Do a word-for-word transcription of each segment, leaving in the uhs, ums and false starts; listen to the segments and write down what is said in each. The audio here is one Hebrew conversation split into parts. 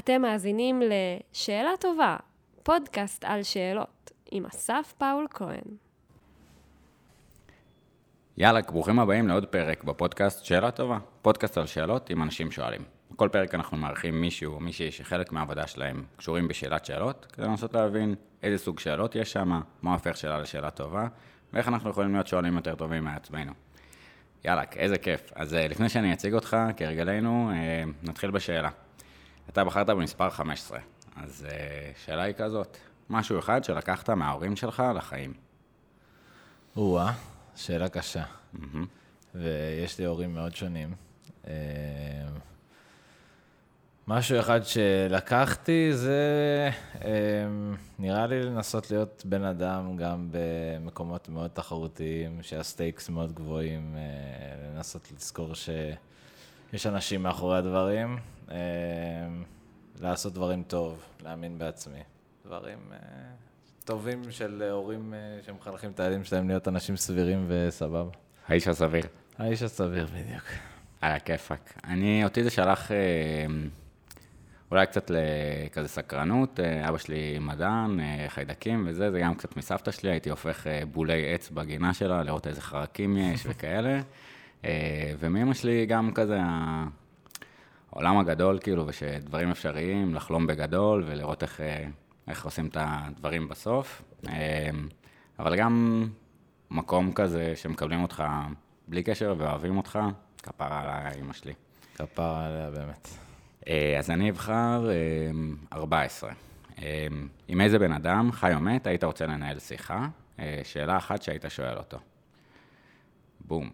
אתם מאזינים לשאלה טובה, פודקאסט על שאלות, עם אסף פאול כהן. יאללה, ברוכים הבאים לעוד פרק בפודקאסט שאלה טובה, פודקאסט על שאלות עם אנשים שואלים. בכל פרק אנחנו מארחים מישהו או מישהי שחלק מהעבודה שלהם קשורים בשאלת שאלות, כדי לנסות להבין איזה סוג שאלות יש שם, מה הופך שאלה לשאלה טובה, ואיך אנחנו יכולים להיות שואלים יותר טובים מעצמנו. יאללה, איזה כיף. אז לפני שאני אציג אותך, כרגלנו, נתחיל בשאלה. אתה בחרת במספר חמש עשרה, אז שאלה היא כזאת, משהו אחד שלקחת מההורים שלך לחיים. וואה, שאלה קשה. ויש לי הורים מאוד שונים. משהו אחד שלקחתי זה, נראה לי לנסות להיות בן אדם גם במקומות מאוד תחרותיים, שהסטייקס מאוד גבוהים, לנסות לזכור שיש אנשים מאחורי הדברים, לעשות דברים טוב, להאמין בעצמי. דברים טובים של הורים שמחנכים את הילדים שלהם להיות אנשים סבירים וסבבה. האיש הסביר. האיש הסביר בדיוק. על הכיפק. אני, אותי זה שלח אולי קצת לכזה סקרנות, אבא שלי מדען, חיידקים וזה, זה גם קצת מסבתא שלי, הייתי הופך בולי עץ בגינה שלה, לראות איזה חרקים יש וכאלה, ומאמא שלי גם כזה העולם הגדול כאילו, ושדברים אפשריים, לחלום בגדול ולראות איך, איך עושים את הדברים בסוף, אבל גם מקום כזה שמקבלים אותך בלי קשר ואוהבים אותך, כפרה עליי אמא שלי. כפרה עליה באמת. אז אני אבחר ארבע עשרה. עם איזה בן אדם, חי או מת, היית רוצה לנהל שיחה? שאלה אחת שהיית שואל אותו. בום.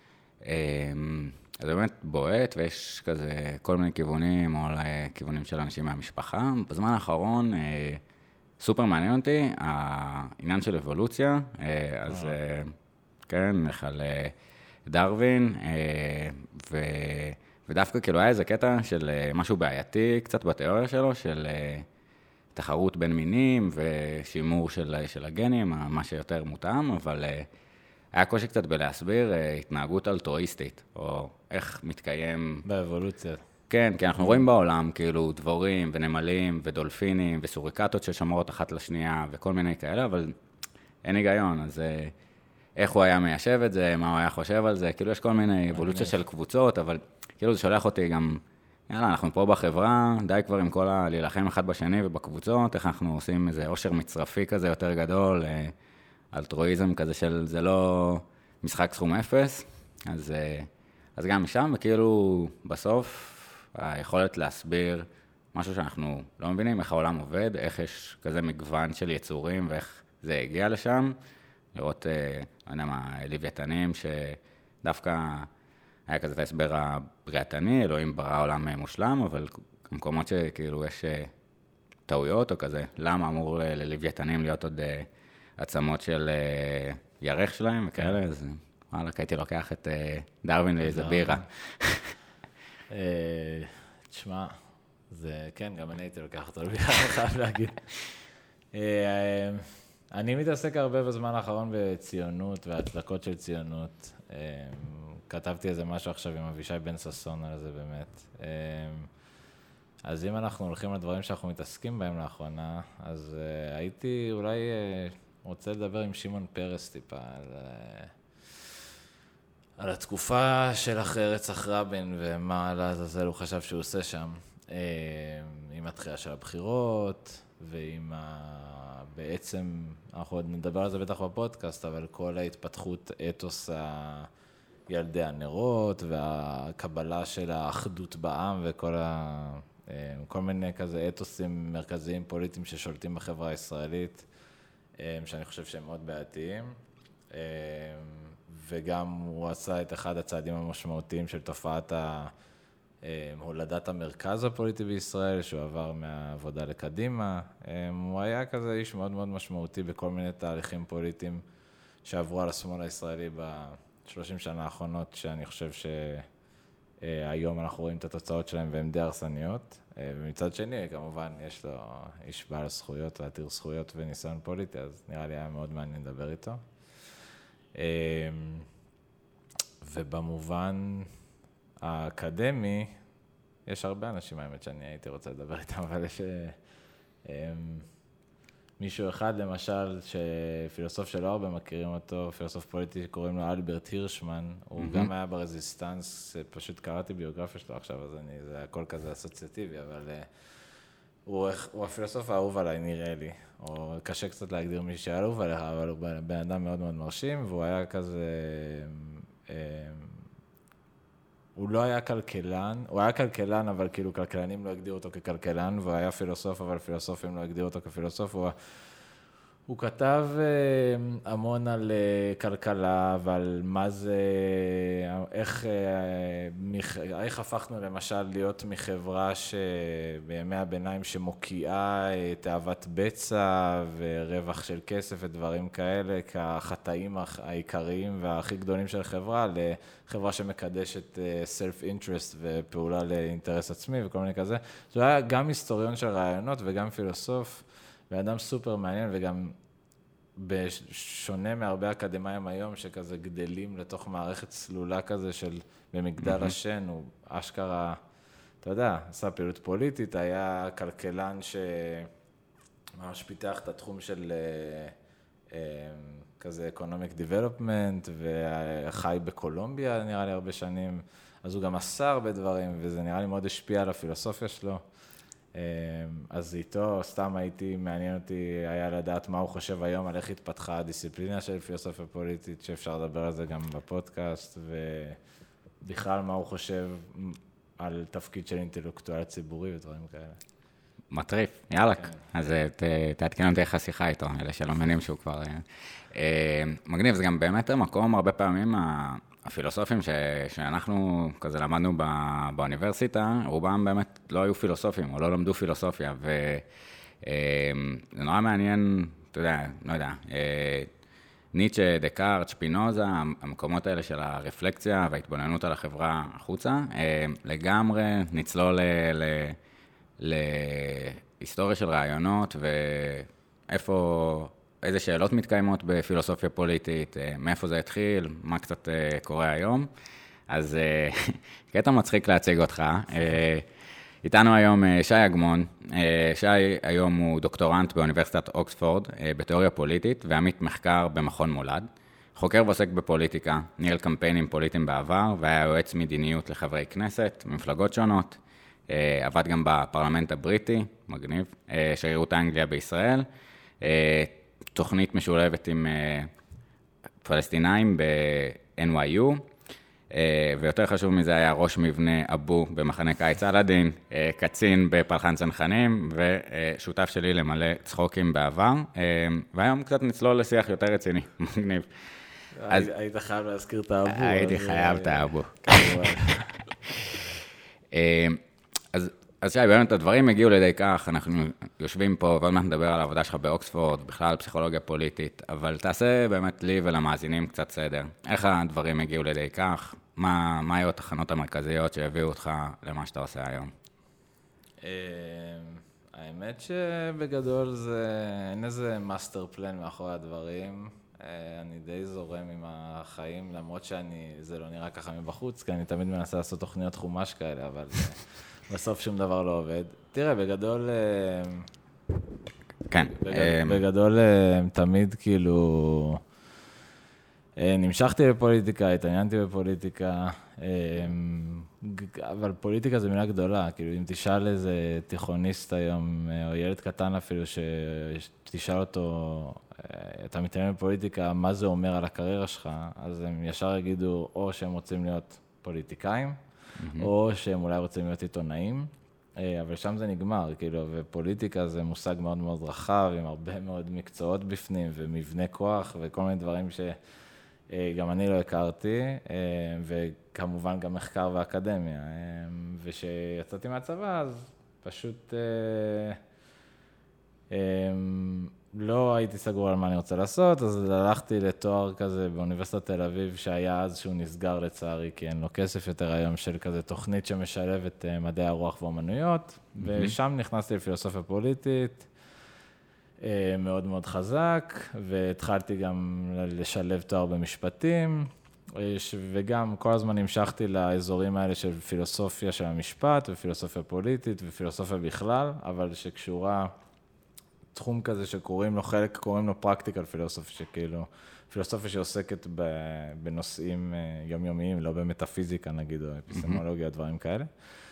אז באמת בועט, ויש כזה כל מיני כיוונים, או כיוונים של אנשים מהמשפחה. בזמן האחרון, סופר מעניין אותי, העניין של אבולוציה, אז כן, נלך על דרווין, ו... ודווקא כאילו היה איזה קטע של משהו בעייתי קצת בתיאוריה שלו, של תחרות בין מינים ושימור של, של הגנים, מה שיותר מותאם, אבל היה קושי קצת בלהסביר התנהגות אלטרואיסטית, או איך מתקיים... באבולוציה. כן, כי אנחנו רואים בעולם כאילו דבורים ונמלים ודולפינים וסוריקטות ששמורות אחת לשנייה וכל מיני כאלה, אבל אין היגיון, אז איך הוא היה מיישב את זה, מה הוא היה חושב על זה, כאילו יש כל מיני אבולוציה של קבוצות, אבל כאילו זה שולח אותי גם, יאללה, אנחנו פה בחברה, די כבר עם כל ה... להילחם אחד בשני ובקבוצות, איך אנחנו עושים איזה עושר מצרפי כזה יותר גדול, אלטרואיזם כזה של, זה לא משחק סכום אפס, אז, אז גם משם, וכאילו בסוף, היכולת להסביר משהו שאנחנו לא מבינים, איך העולם עובד, איך יש כזה מגוון של יצורים, ואיך זה הגיע לשם, לראות, לא יודע מה, לוויתנים שדווקא היה כזה את ההסבר הבריאתני, אלוהים ברא עולם מושלם, אבל במקומות שכאילו יש טעויות או כזה, למה אמור ללוויתנים להיות עוד עצמות של ירח שלהם וכאלה, אז וואלה, הייתי לוקח את דרווין לאיזה בירה. תשמע, זה כן, גם אני הייתי לוקח אותו לבירה, אני חייב להגיד. אני מתעסק הרבה בזמן האחרון בציונות והצדקות של ציונות. כתבתי איזה משהו עכשיו עם אבישי בן ששון על זה באמת. אז אם אנחנו הולכים לדברים שאנחנו מתעסקים בהם לאחרונה, אז הייתי אולי רוצה לדבר עם שמעון פרס טיפה על, על התקופה של אחרי רצח רבין ומה לעזאזל הוא חשב שהוא עושה שם. עם התחייה של הבחירות ועם ה... בעצם, אנחנו עוד נדבר על זה בטח בפודקאסט, אבל כל ההתפתחות אתוס ילדי הנרות והקבלה של האחדות בעם וכל ה... כל מיני כזה אתוסים מרכזיים פוליטיים ששולטים בחברה הישראלית, שאני חושב שהם מאוד בעייתיים. וגם הוא עשה את אחד הצעדים המשמעותיים של תופעת הולדת המרכז הפוליטי בישראל, שהוא עבר מהעבודה לקדימה. הוא היה כזה איש מאוד מאוד משמעותי בכל מיני תהליכים פוליטיים שעברו על השמאל הישראלי ב-שלושים שנה האחרונות, שאני חושב שהיום אנחנו רואים את התוצאות שלהם והן די הרסניות. ומצד שני, כמובן, יש לו איש בעל זכויות ועתיר זכויות וניסיון פוליטי, אז נראה לי היה מאוד מעניין לדבר איתו. ובמובן האקדמי, יש הרבה אנשים, האמת, שאני הייתי רוצה לדבר איתם, אבל יש מישהו אחד, למשל, שפילוסוף שלא הרבה מכירים אותו, פילוסוף פוליטי שקוראים לו אלברט הירשמן, הוא גם היה ברזיסטנס, פשוט קראתי ביוגרפיה שלו עכשיו, אז אני, זה הכל כזה אסוציאטיבי, אבל הוא, הוא הפילוסוף האהוב עליי, נראה לי, או קשה קצת להגדיר מי שאהוב עליך, אבל הוא בן אדם מאוד מאוד מרשים, והוא היה כזה, הוא לא היה כלכלן, הוא היה כלכלן, אבל כאילו כלכלנים לא הגדירו אותו ככלכלן, והוא היה פילוסוף, אבל פילוסופים לא הגדירו אותו כפילוסוף. הוא, הוא כתב המון על כלכלה ועל מה זה, איך, איך הפכנו למשל להיות מחברה שבימי הביניים שמוקיעה תאוות בצע ורווח של כסף ודברים כאלה, כחטאים העיקריים והכי גדולים של חברה, לחברה שמקדשת self-interest ופעולה לאינטרס עצמי וכל מיני כזה. זה היה גם היסטוריון של רעיונות וגם פילוסוף, ואדם סופר מעניין, וגם בשונה מהרבה אקדמיים היום, שכזה גדלים לתוך מערכת סלולה כזה של במגדל השן, הוא אשכרה, אתה יודע, עשה פעילות פוליטית, היה כלכלן שממש פיתח את התחום של כזה economic development, וחי בקולומביה נראה לי הרבה שנים, אז הוא גם עשה הרבה דברים, וזה נראה לי מאוד השפיע על הפילוסופיה שלו. אז איתו, סתם הייתי, מעניין אותי היה לדעת מה הוא חושב היום על איך התפתחה הדיסציפלינה של פילוסופיה פוליטית, שאפשר לדבר על זה גם בפודקאסט, ובכלל מה הוא חושב על תפקיד של אינטלקטואל ציבורי ודברים כאלה. מטריף, יאללה. אז תעדכן אותי איך השיחה איתו, אלה שלא מבינים שהוא כבר מגניב. זה גם באמת המקום, הרבה פעמים הפילוסופים ש, שאנחנו כזה למדנו באוניברסיטה, רובם באמת לא היו פילוסופים, או לא למדו פילוסופיה, וזה נורא מעניין, אתה יודע, לא יודע, ניטשה, דקארט, שפינוזה, המקומות האלה של הרפלקציה וההתבוננות על החברה החוצה, לגמרי נצלול להיסטוריה של רעיונות, ואיפה... איזה שאלות מתקיימות בפילוסופיה פוליטית, מאיפה זה התחיל, מה קצת קורה היום. אז קטע מצחיק להציג אותך. איתנו היום שי אגמון. שי היום הוא דוקטורנט באוניברסיטת אוקספורד בתיאוריה פוליטית, ועמית מחקר במכון מולד. חוקר ועוסק בפוליטיקה, ניהל קמפיינים פוליטיים בעבר, והיה יועץ מדיניות לחברי כנסת, מפלגות שונות. עבד גם בפרלמנט הבריטי, מגניב, שגרירות אנגליה בישראל. תוכנית משולבת עם פלסטינאים ב-אן וואי יו, ויותר חשוב מזה היה ראש מבנה אבו במחנה קיץ אלאדין, קצין בפלחן צנחנים, ושותף שלי למלא צחוקים בעבר, והיום קצת נצלול לשיח יותר רציני, מגניב. היית חייב להזכיר את האבו. הייתי חייב את האבו. אז אז שי, באמת הדברים הגיעו לידי כך, אנחנו יושבים פה ועוד מעט נדבר על העבודה שלך באוקספורד, בכלל פסיכולוגיה פוליטית, אבל תעשה באמת לי ולמאזינים קצת סדר. איך הדברים הגיעו לידי כך? מה, מה היו התחנות המרכזיות שהביאו אותך למה שאתה עושה היום? האמת שבגדול זה, אין איזה מאסטר פלן מאחורי הדברים. אני די זורם עם החיים, למרות שאני, זה לא נראה ככה מבחוץ, כי אני תמיד מנסה לעשות תוכניות חומש כאלה, אבל בסוף שום דבר לא עובד. תראה, בגדול, כן. בגדול תמיד כאילו, נמשכתי בפוליטיקה, התעניינתי בפוליטיקה, אבל פוליטיקה זה מילה גדולה, כאילו אם תשאל איזה תיכוניסט היום, או ילד קטן אפילו, שתשאל אותו, אתה מתעניין בפוליטיקה, מה זה אומר על הקריירה שלך, אז הם ישר יגידו, או שהם רוצים להיות פוליטיקאים, או שהם אולי רוצים להיות עיתונאים, אבל שם זה נגמר, כאילו, ופוליטיקה זה מושג מאוד מאוד רחב, עם הרבה מאוד מקצועות בפנים, ומבנה כוח, וכל מיני דברים שגם אני לא הכרתי, וכמובן גם מחקר ואקדמיה. ושיצאתי מהצבא, אז פשוט לא הייתי סגור על מה אני רוצה לעשות, אז הלכתי לתואר כזה באוניברסיטת תל אביב, שהיה אז שהוא נסגר לצערי, כי אין לו כסף יותר היום, של כזה תוכנית שמשלבת מדעי הרוח ואומנויות, ושם נכנסתי לפילוסופיה פוליטית, מאוד מאוד חזק, והתחלתי גם לשלב תואר במשפטים, וגם כל הזמן המשכתי לאזורים האלה של פילוסופיה של המשפט, ופילוסופיה פוליטית, ופילוסופיה בכלל, אבל שקשורה, תחום כזה שקוראים לו, חלק קוראים לו פרקטיקל פילוסופיה, שכאילו, פילוסופיה שעוסקת בנושאים יומיומיים, לא במטאפיזיקה נגיד, או אפיסטמולוגיה, דברים כאלה.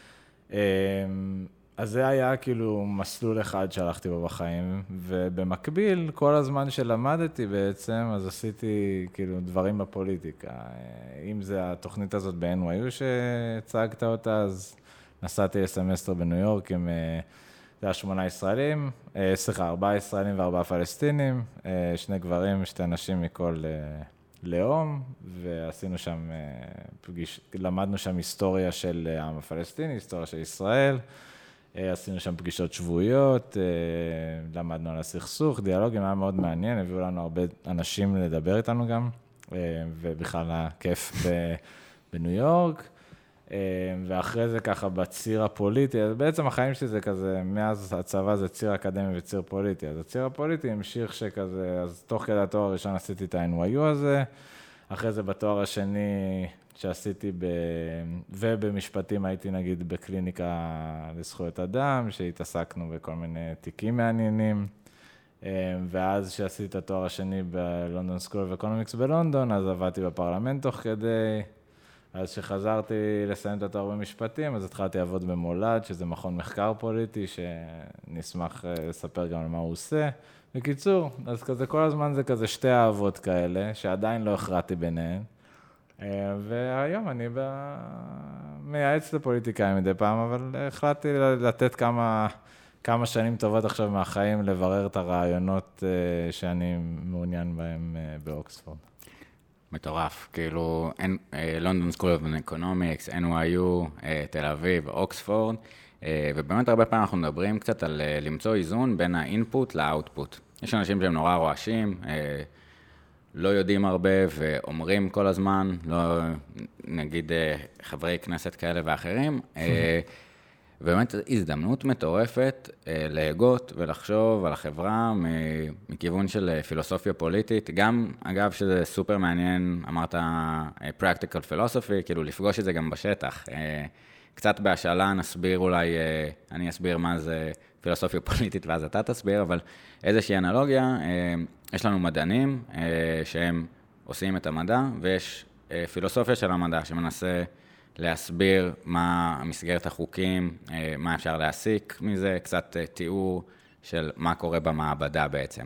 אז זה היה כאילו מסלול אחד שהלכתי בו בחיים, ובמקביל, כל הזמן שלמדתי בעצם, אז עשיתי כאילו דברים בפוליטיקה. אם זה התוכנית הזאת ב-אן וואי יו שהצגת אותה, אז נסעתי לסמסטר בניו יורק עם, זה היה שמונה ישראלים, סליחה, ארבעה ישראלים וארבעה פלסטינים, שני גברים, שתי נשים מכל לאום, ועשינו שם, פגיש, למדנו שם היסטוריה של העם הפלסטיני, היסטוריה של ישראל, עשינו שם פגישות שבועיות, למדנו על הסכסוך, דיאלוגים, היה מאוד מעניין, הביאו לנו הרבה אנשים לדבר איתנו גם, ובכלל היה כיף בניו יורק, ואחרי זה ככה בציר הפוליטי, אז בעצם החיים שלי זה כזה, מאז הצבא זה ציר אקדמי וציר פוליטי, אז הציר הפוליטי המשיך שכזה, אז תוך כדי התואר הראשון עשיתי את ה-אן וואי יו הזה, אחרי זה בתואר השני שעשיתי ב... ובמשפטים הייתי נגיד בקליניקה לזכויות אדם, שהתעסקנו בכל מיני תיקים מעניינים, ואז שעשיתי את התואר השני בלונדון סקול אוף אקונומיקס בלונדון, אז עבדתי בפרלמנט תוך כדי, אז שחזרתי לסיים את התואר במשפטים, אז התחלתי לעבוד במולד, שזה מכון מחקר פוליטי, שנשמח לספר גם על מה הוא עושה. בקיצור, אז כזה כל הזמן זה כזה שתי אהבות כאלה, שעדיין לא הכרעתי ביניהן, והיום אני מייעץ לפוליטיקאים מדי פעם, אבל החלטתי לתת כמה, כמה שנים טובות עכשיו מהחיים, לברר את הרעיונות שאני מעוניין בהם באוקספורד. מטורף, כאילו, לונדון סקול אוף אקונומיקס, אן וואי יו, תל אביב, אוקספורד, ובאמת הרבה פעמים אנחנו מדברים קצת על למצוא איזון בין האינפוט לאוטפוט. יש אנשים שהם נורא רועשים, לא יודעים הרבה ואומרים כל הזמן, לא נגיד חברי כנסת כאלה ואחרים, ובאמת הזדמנות מטורפת להגות ולחשוב על החברה מכיוון של פילוסופיה פוליטית, גם אגב שזה סופר מעניין, אמרת practical philosophy, כאילו לפגוש את זה גם בשטח. קצת בהשאלה נסביר אולי, אני אסביר מה זה פילוסופיה פוליטית ואז אתה תסביר, אבל איזושהי אנלוגיה, יש לנו מדענים שהם עושים את המדע, ויש פילוסופיה של המדע שמנסה להסביר מה המסגרת החוקים, מה אפשר להסיק מזה, קצת תיאור של מה קורה במעבדה בעצם.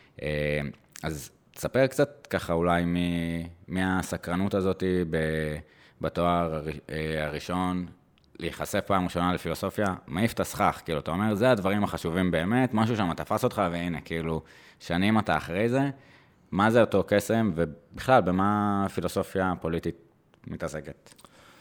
אז תספר קצת ככה אולי מהסקרנות הזאת בתואר הראשון, להיחשף פעם ראשונה לפילוסופיה, מעיף את הסכך, כאילו, אתה אומר, זה הדברים החשובים באמת, משהו שם תפס אותך, והנה, כאילו, שנים אתה אחרי זה, מה זה אותו קסם, ובכלל, במה הפילוסופיה הפוליטית מתעסקת?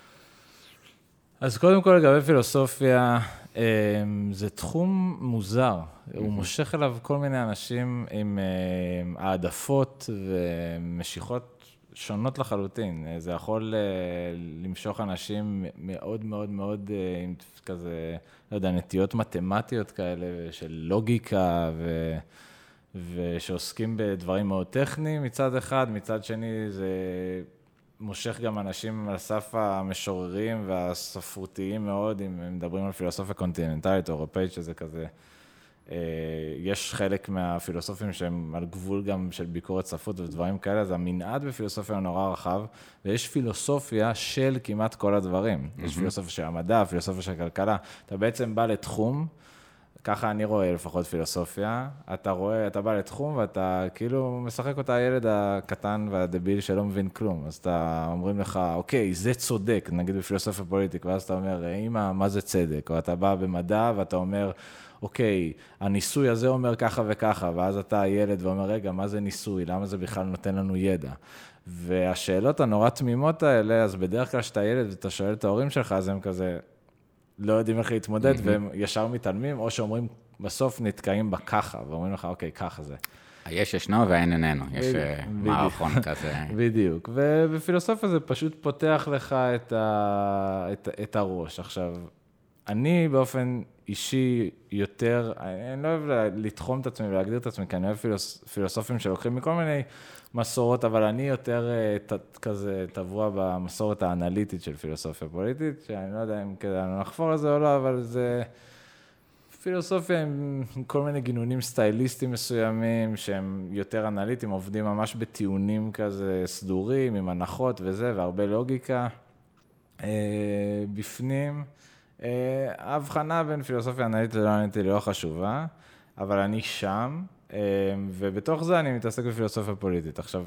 אז קודם כל, לגבי פילוסופיה, זה תחום מוזר, הוא מושך אליו כל מיני אנשים עם העדפות ומשיכות שונות לחלוטין. זה יכול למשוך אנשים מאוד מאוד מאוד עם כזה, לא יודע, נטיות מתמטיות כאלה של לוגיקה ו... ושעוסקים בדברים מאוד טכניים מצד אחד, מצד שני זה מושך גם אנשים על סף המשוררים והספרותיים מאוד, אם הם מדברים על פילוסופיה קונטיננטלית או אירופאית, שזה כזה, יש חלק מהפילוסופים שהם על גבול גם של ביקורת ספרות ודברים כאלה, אז המנעד בפילוסופיה הוא נורא רחב, ויש פילוסופיה של כמעט כל הדברים. יש פילוסופיה של המדע, פילוסופיה של הכלכלה. אתה בעצם בא לתחום, ככה אני רואה לפחות פילוסופיה, אתה רואה, אתה בא לתחום ואתה כאילו משחק אותה הילד הקטן והדביל שלא מבין כלום, אז אתה אומרים לך, אוקיי, זה צודק, נגיד בפילוסופיה פוליטית, ואז אתה אומר, אמא, מה זה צדק? או אתה בא במדע ואתה אומר, אוקיי, הניסוי הזה אומר ככה וככה, ואז אתה הילד ואומר, רגע, מה זה ניסוי? למה זה בכלל נותן לנו ידע? והשאלות הנורא תמימות האלה, אז בדרך כלל שאתה ילד ואתה שואל את ההורים שלך, אז הם כזה לא יודעים איך להתמודד, והם ישר מתעלמים, או שאומרים, בסוף נתקעים בככה, ואומרים לך, אוקיי, ככה זה. יש ישנו ואין איננו, יש מערכון כזה. בדיוק, ובפילוסופיה זה פשוט פותח לך את, ה... את... את הראש. עכשיו, אני באופן אישי יותר, אני לא אוהב לתחום את עצמי ולהגדיר את עצמי, כי אני אוהב פילוס, פילוסופים שלוקחים מכל מיני מסורות, אבל אני יותר ת, כזה טבוע במסורת האנליטית של פילוסופיה פוליטית, שאני לא יודע אם כדאי לנו לחפור על זה או לא, אבל זה פילוסופיה עם כל מיני גינונים סטייליסטיים מסוימים, שהם יותר אנליטיים, עובדים ממש בטיעונים כזה סדורים, עם הנחות וזה, והרבה לוגיקה בפנים. ההבחנה בין פילוסופיה אנליטית ללא אנליטית לא חשובה, אבל אני שם, ובתוך זה אני מתעסק בפילוסופיה פוליטית. עכשיו,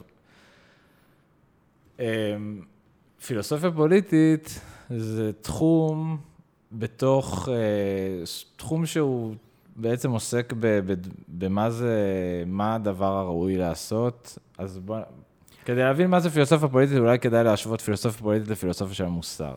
פילוסופיה פוליטית זה תחום בתוך, תחום שהוא בעצם עוסק במה זה, מה הדבר הראוי לעשות. אז בוא, כדי להבין מה זה פילוסופיה פוליטית, אולי כדאי להשוות פילוסופיה פוליטית לפילוסופיה של המוסר.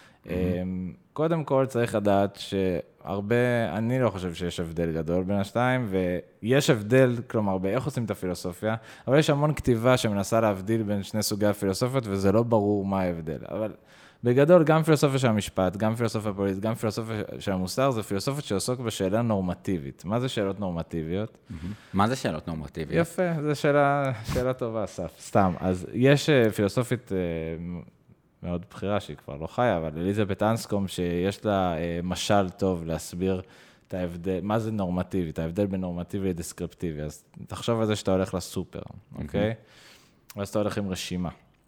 קודם כל צריך לדעת שהרבה, אני לא חושב שיש הבדל גדול בין השתיים, ויש הבדל, כלומר, באיך עושים את הפילוסופיה, אבל יש המון כתיבה שמנסה להבדיל בין שני סוגי הפילוסופיות, וזה לא ברור מה ההבדל. אבל בגדול, גם פילוסופיה של המשפט, גם פילוסופיה פוליטית, גם פילוסופיה של המוסר, זה פילוסופיה שעוסק בשאלה נורמטיבית. מה זה שאלות נורמטיביות? מה זה שאלות נורמטיביות? יפה, זו שאלה, שאלה טובה, אסף. סתם. אז יש פילוסופית מאוד בחירה, שהיא כבר לא חיה, אבל אליזבת אנסקום, שיש לה משל טוב להסביר את ההבדל, מה זה נורמטיבי, את ההבדל בין נורמטיבי לדסקריפטיבי. אז תחשוב על זה שאתה הולך לסופר, אוקיי? ואז אתה הולך עם רשימה.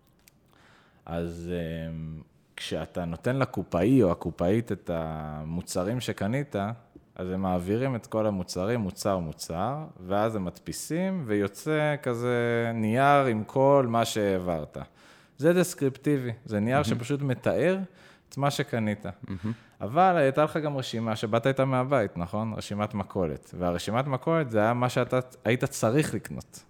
אז כשאתה נותן לקופאי או הקופאית את המוצרים שקנית, אז הם מעבירים את כל המוצרים, מוצר מוצר, ואז הם מדפיסים, ויוצא כזה נייר עם כל מה שהעברת. זה דסקריפטיבי, זה נייר mm-hmm. שפשוט מתאר את מה שקנית. Mm-hmm. אבל הייתה לך גם רשימה שבאת איתה מהבית, נכון? רשימת מכולת. והרשימת מכולת זה היה מה שאתה היית צריך לקנות.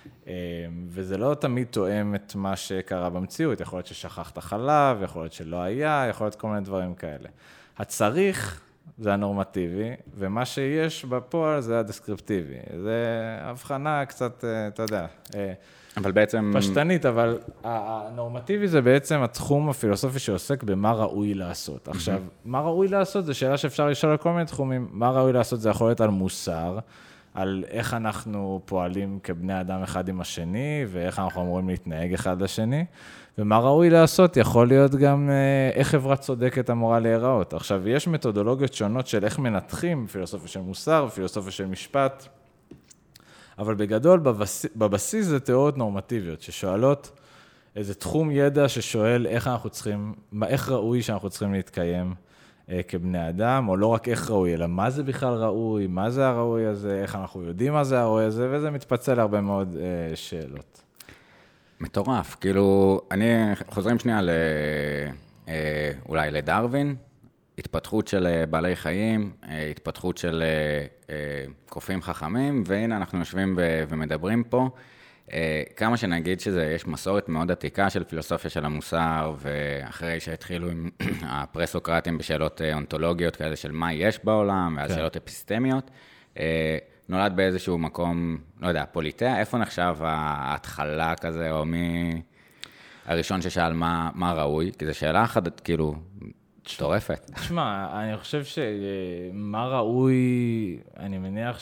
וזה לא תמיד תואם את מה שקרה במציאות. יכול להיות ששכחת חלב, יכול להיות שלא היה, יכול להיות כל מיני דברים כאלה. הצריך זה הנורמטיבי, ומה שיש בפועל זה הדסקריפטיבי. זה הבחנה קצת, אתה יודע, אבל בעצם פשטנית, אבל הנורמטיבי זה בעצם התחום הפילוסופי שעוסק במה ראוי לעשות. עכשיו, מה ראוי לעשות זה שאלה שאפשר לשאול על כל מיני תחומים. מה ראוי לעשות זה יכול להיות על מוסר, על איך אנחנו פועלים כבני אדם אחד עם השני, ואיך אנחנו אמורים להתנהג אחד לשני, ומה ראוי לעשות יכול להיות גם איך חברה צודקת אמורה להיראות. עכשיו, יש מתודולוגיות שונות של איך מנתחים פילוסופיה של מוסר, פילוסופיה של משפט, אבל בגדול, בבסיס, בבסיס זה תיאוריות נורמטיביות, ששואלות איזה תחום ידע ששואל איך אנחנו צריכים, איך ראוי שאנחנו צריכים להתקיים אה, כבני אדם, או לא רק איך ראוי, אלא מה זה בכלל ראוי, מה זה הראוי הזה, איך אנחנו יודעים מה זה הראוי הזה, וזה מתפצל הרבה מאוד אה, שאלות. מטורף, כאילו, אני חוזרים שנייה ל, אה, אולי לדרווין, התפתחות של בעלי חיים, התפתחות של קופים חכמים, והנה אנחנו יושבים ומדברים פה. כמה שנגיד שזה, יש מסורת מאוד עתיקה של פילוסופיה של המוסר, ואחרי שהתחילו עם הפרסוקרטים בשאלות אונתולוגיות כאלה של מה יש בעולם, ואז שאלות אפיסטמיות, נולד באיזשהו מקום, לא יודע, פוליטאה, איפה נחשב ההתחלה כזה, או מי הראשון ששאל מה, מה ראוי? כי זו שאלה אחת, כאילו, שטורפת. תשמע, אני חושב שמה ראוי, אני מניח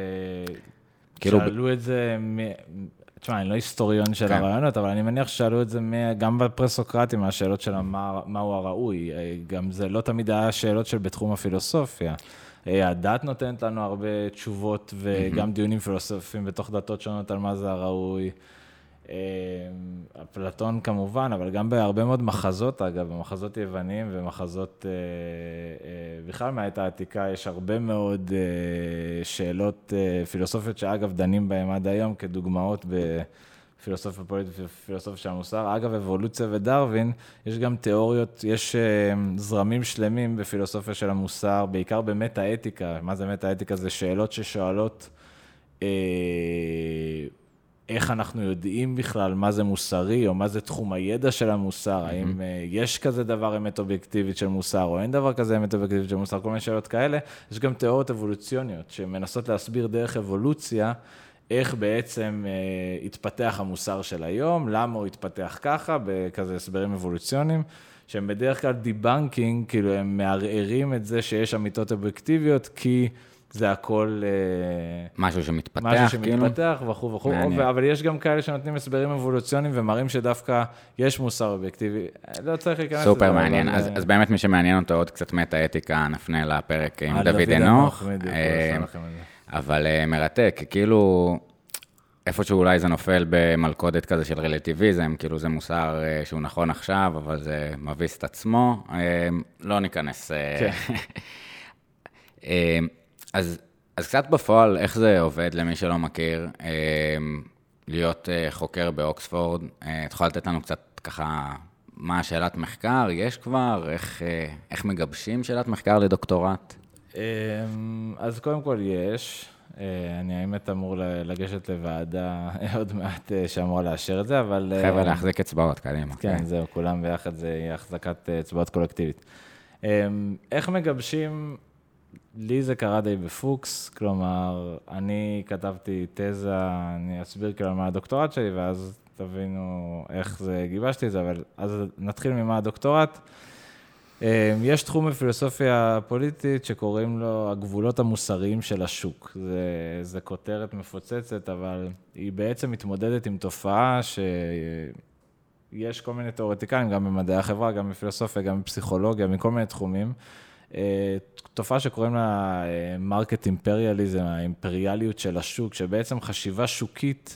ששאלו את זה, תשמע, אני לא היסטוריון של הרעיונות, אבל אני מניח ששאלו את זה גם בפרסוקרטים, מהשאלות של מהו הראוי. גם זה לא תמיד היה שאלות של בתחום הפילוסופיה. הדת נותנת לנו הרבה תשובות, וגם דיונים פילוסופיים בתוך דתות שונות על מה זה הראוי. אפלטון כמובן, אבל גם בהרבה מאוד מחזות, אגב, מחזות יוונים ומחזות, בכלל מהעת העתיקה, יש הרבה מאוד שאלות פילוסופיות שאגב דנים בהם עד היום, כדוגמאות בפילוסופיה פוליטית ופילוסופיה של המוסר. אגב, אבולוציה ודרווין, יש גם תיאוריות, יש זרמים שלמים בפילוסופיה של המוסר, בעיקר במטה-אתיקה. מה זה מטה-אתיקה? זה שאלות ששואלות איך אנחנו יודעים בכלל מה זה מוסרי, או מה זה תחום הידע של המוסר, האם יש כזה דבר אמת אובייקטיבית של מוסר, או אין דבר כזה אמת אובייקטיבית של מוסר, כל מיני שאלות כאלה. יש גם תיאוריות אבולוציוניות, שמנסות להסביר דרך אבולוציה, איך בעצם התפתח המוסר של היום, למה הוא התפתח ככה, בכזה הסברים אבולוציוניים, שהם בדרך כלל דיבנקינג, כאילו הם מערערים את זה שיש אמיתות אובייקטיביות, כי זה הכל... משהו שמתפתח, משהו שמתפתח כאילו. וכו' וכו', מעניין. אבל יש גם כאלה שנותנים הסברים אבולוציוניים ומראים שדווקא יש מוסר אובייקטיבי. לא צריך להיכנס... סופר מעניין. אז, אז באמת מי שמעניין אותו עוד קצת מטה-אתיקה, נפנה לפרק עם דוד אנוך. אבל מרתק, כאילו... איפשהו אולי זה נופל במלכודת כזה של רלטיביזם, כאילו זה מוסר שהוא נכון עכשיו, אבל זה מביס את עצמו. לא ניכנס... אז, אז קצת בפועל, איך זה עובד למי שלא מכיר, להיות חוקר באוקספורד? את יכולה לתת לנו קצת ככה, מה השאלת מחקר? יש כבר? איך, איך מגבשים שאלת מחקר לדוקטורט? אז קודם כל יש. אני האמת אמור לגשת לוועדה עוד מעט שאמורה לאשר את זה, אבל... חבר'ה, להחזיק אצבעות, קדימה. כן, זהו, כולם ביחד זה יהיה החזקת אצבעות קולקטיבית. איך מגבשים? לי זה קרה די בפוקס, כלומר, אני כתבתי תזה, אני אסביר כאילו מה הדוקטורט שלי, ואז תבינו איך זה גיבשתי את זה, אבל אז נתחיל ממה הדוקטורט. יש תחום בפילוסופיה פוליטית שקוראים לו הגבולות המוסריים של השוק. זה, זה כותרת מפוצצת, אבל היא בעצם מתמודדת עם תופעה שיש כל מיני תיאורטיקאים, גם במדעי החברה, גם בפילוסופיה, גם בפסיכולוגיה, מכל מיני תחומים. תופעה שקוראים לה מרקט אימפריאליזם, האימפריאליות של השוק, שבעצם חשיבה שוקית,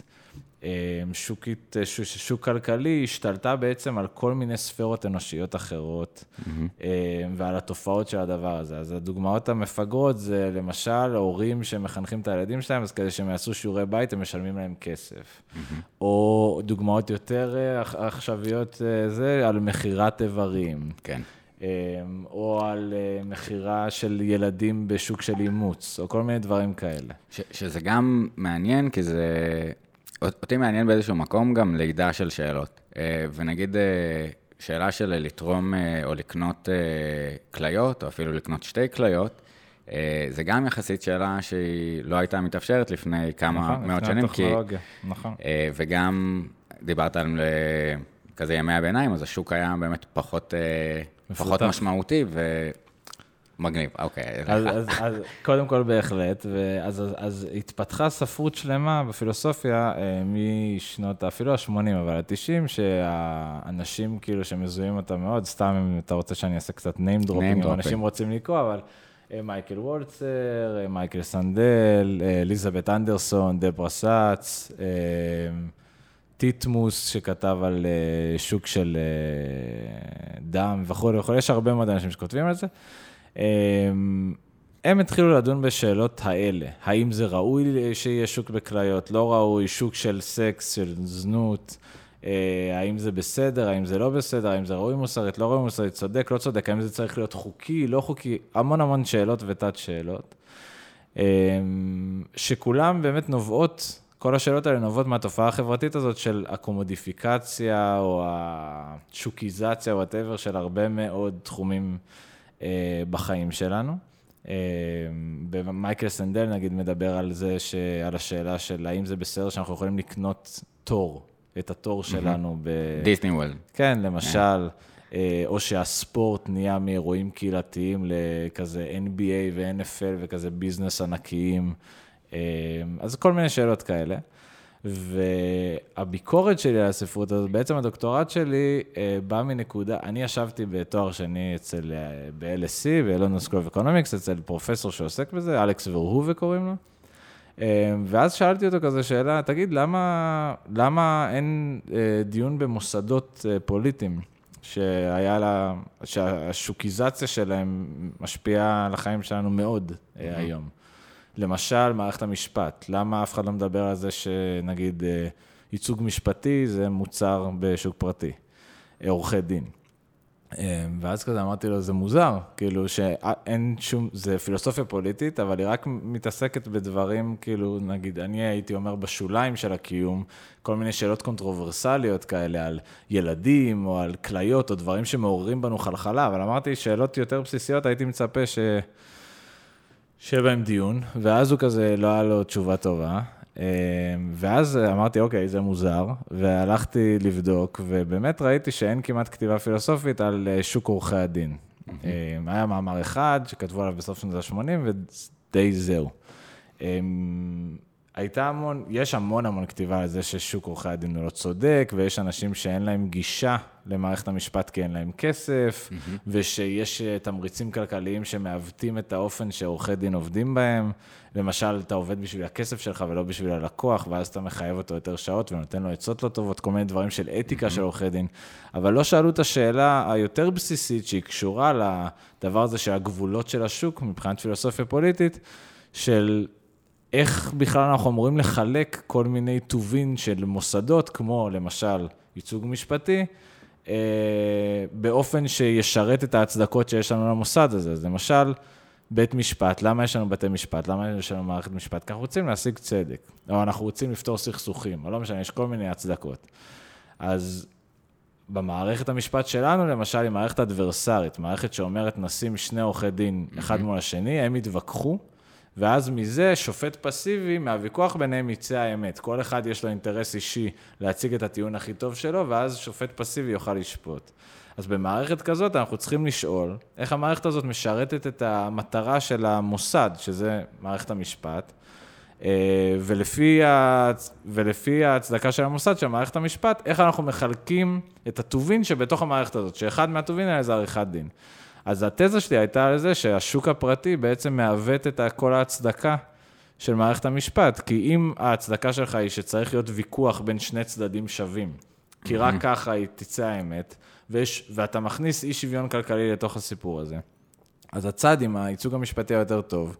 שוקית, שוק כלכלי, השתלטה בעצם על כל מיני ספרות אנושיות אחרות, mm-hmm. ועל התופעות של הדבר הזה. אז הדוגמאות המפגרות זה למשל הורים שמחנכים את הילדים שלהם, אז כדי שהם יעשו שיעורי בית, הם משלמים להם כסף. Mm-hmm. או דוגמאות יותר עכשוויות זה, על מחירת איברים. כן. או על מחירה של ילדים בשוק של אימוץ, או כל מיני דברים כאלה. ש- שזה גם מעניין, כי זה... אותי מעניין באיזשהו מקום גם לידה של שאלות. ונגיד שאלה של לתרום או לקנות כליות, או אפילו לקנות שתי כליות, זה גם יחסית שאלה שהיא לא הייתה מתאפשרת לפני כמה נכון, מאות לפני שנים. הטכנולוגיה, כי, נכון. וגם דיברת על כזה ימי הביניים, אז השוק היה באמת פחות, פחות משמעותי ו... מגניב, אוקיי. אז, אז, אז קודם כל בהחלט, ואז, אז, אז התפתחה ספרות שלמה בפילוסופיה משנות, אפילו ה-שמונים, אבל ה-תשעים, שהאנשים כאילו שמזוהים אותה מאוד, סתם אם אתה רוצה שאני אעשה קצת name dropping, אם אנשים רוצים לקרוא, אבל מייקל וולצר, מייקל סנדל, אליזבת אנדרסון, דברה סאץ, טיטמוס שכתב על שוק של דם וכו' וכו', יש הרבה מאוד אנשים שכותבים על זה. הם התחילו לדון בשאלות האלה, האם זה ראוי שיהיה שוק בכליות, לא ראוי, שוק של סקס, של זנות, האם זה בסדר, האם זה לא בסדר, האם זה ראוי מוסרית, לא ראוי מוסרית, צודק, לא צודק, האם זה צריך להיות חוקי, לא חוקי, המון המון שאלות ותת שאלות, שכולם באמת נובעות, כל השאלות האלה נובעות מהתופעה החברתית הזאת של הקומודיפיקציה או השוקיזציה או whatever של הרבה מאוד תחומים בחיים שלנו. מייקל סנדל נגיד מדבר על זה, על השאלה של האם זה בסדר שאנחנו יכולים לקנות תור, את התור שלנו ב... דיסני וורלד. כן, למשל, או שהספורט נהיה מאירועים קהילתיים לכזה אן בי איי ו-אן אף אל וכזה ביזנס ענקיים. אז כל מיני שאלות כאלה. והביקורת שלי על הספרות הזאת, בעצם הדוקטורט שלי בא מנקודה, אני ישבתי בתואר שני אצל, ב-אל אס סי, ב-London School of Economics, אצל פרופסור שעוסק בזה, אלכס ורהובה קוראים לו, ואז שאלתי אותו כזה שאלה, תגיד, למה, למה אין דיון במוסדות פוליטיים, שהיה לה, שהשוקיזציה שלהם משפיעה על החיים שלנו מאוד היום? למשל, מערכת המשפט. למה אף אחד לא מדבר על זה שנגיד ייצוג משפטי זה מוצר בשוק פרטי, עורכי דין. ואז כזה אמרתי לו, זה מוזר, כאילו שאין שום, זה פילוסופיה פוליטית, אבל היא רק מתעסקת בדברים, כאילו נגיד, אני הייתי אומר בשוליים של הקיום, כל מיני שאלות קונטרוברסליות כאלה על ילדים או על כליות או דברים שמעוררים בנו חלחלה, אבל אמרתי, שאלות יותר בסיסיות, הייתי מצפה ש... שיהיה בהם דיון, ואז הוא כזה לא היה לו תשובה טובה, ואז אמרתי, אוקיי, זה מוזר, והלכתי לבדוק, ובאמת ראיתי שאין כמעט כתיבה פילוסופית על שוק עורכי הדין. היה מאמר אחד שכתבו עליו בסוף שנות ה-שמונים, ודי זהו. הייתה המון, יש המון המון כתיבה על זה ששוק עורכי הדין הוא לא צודק, ויש אנשים שאין להם גישה למערכת המשפט כי אין להם כסף, mm-hmm. ושיש תמריצים כלכליים שמעוותים את האופן שעורכי דין עובדים בהם. למשל, אתה עובד בשביל הכסף שלך ולא בשביל הלקוח, ואז אתה מחייב אותו יותר שעות ונותן לו עצות לא טובות, כל מיני דברים של אתיקה mm-hmm. של עורכי דין. אבל לא שאלו את השאלה היותר בסיסית שהיא קשורה לדבר הזה של הגבולות של השוק, מבחינת פילוסופיה פוליטית, של איך בכלל אנחנו אמורים לחלק כל מיני טובין של מוסדות, כמו למשל ייצוג משפטי, אה, באופן שישרת את ההצדקות שיש לנו למוסד הזה. אז למשל, בית משפט, למה יש לנו בתי משפט? למה יש לנו מערכת משפט? כי אנחנו רוצים להשיג צדק, או אנחנו רוצים לפתור סכסוכים, או לא משנה, יש כל מיני הצדקות. אז במערכת המשפט שלנו, למשל, היא מערכת אדברסרית, מערכת שאומרת נשים שני עורכי דין אחד מול השני, הם יתווכחו, ואז מזה שופט פסיבי, מהוויכוח ביניהם יצא האמת. כל אחד יש לו אינטרס אישי להציג את הטיעון הכי טוב שלו, ואז שופט פסיבי יוכל לשפוט. אז במערכת כזאת אנחנו צריכים לשאול, איך המערכת הזאת משרתת את המטרה של המוסד, שזה מערכת המשפט, ולפי, הצ... ולפי ההצדקה של המוסד, של מערכת המשפט, איך אנחנו מחלקים את הטובין שבתוך המערכת הזאת, שאחד מהטובין האלה זה עריכת דין. אז התזה שלי הייתה על זה שהשוק הפרטי בעצם מעוות את כל ההצדקה של מערכת המשפט, כי אם ההצדקה שלך היא שצריך להיות ויכוח בין שני צדדים שווים, כי רק ככה היא תצא האמת, ויש, ואתה מכניס אי שוויון כלכלי לתוך הסיפור הזה, אז הצד עם הייצוג המשפטי היותר טוב,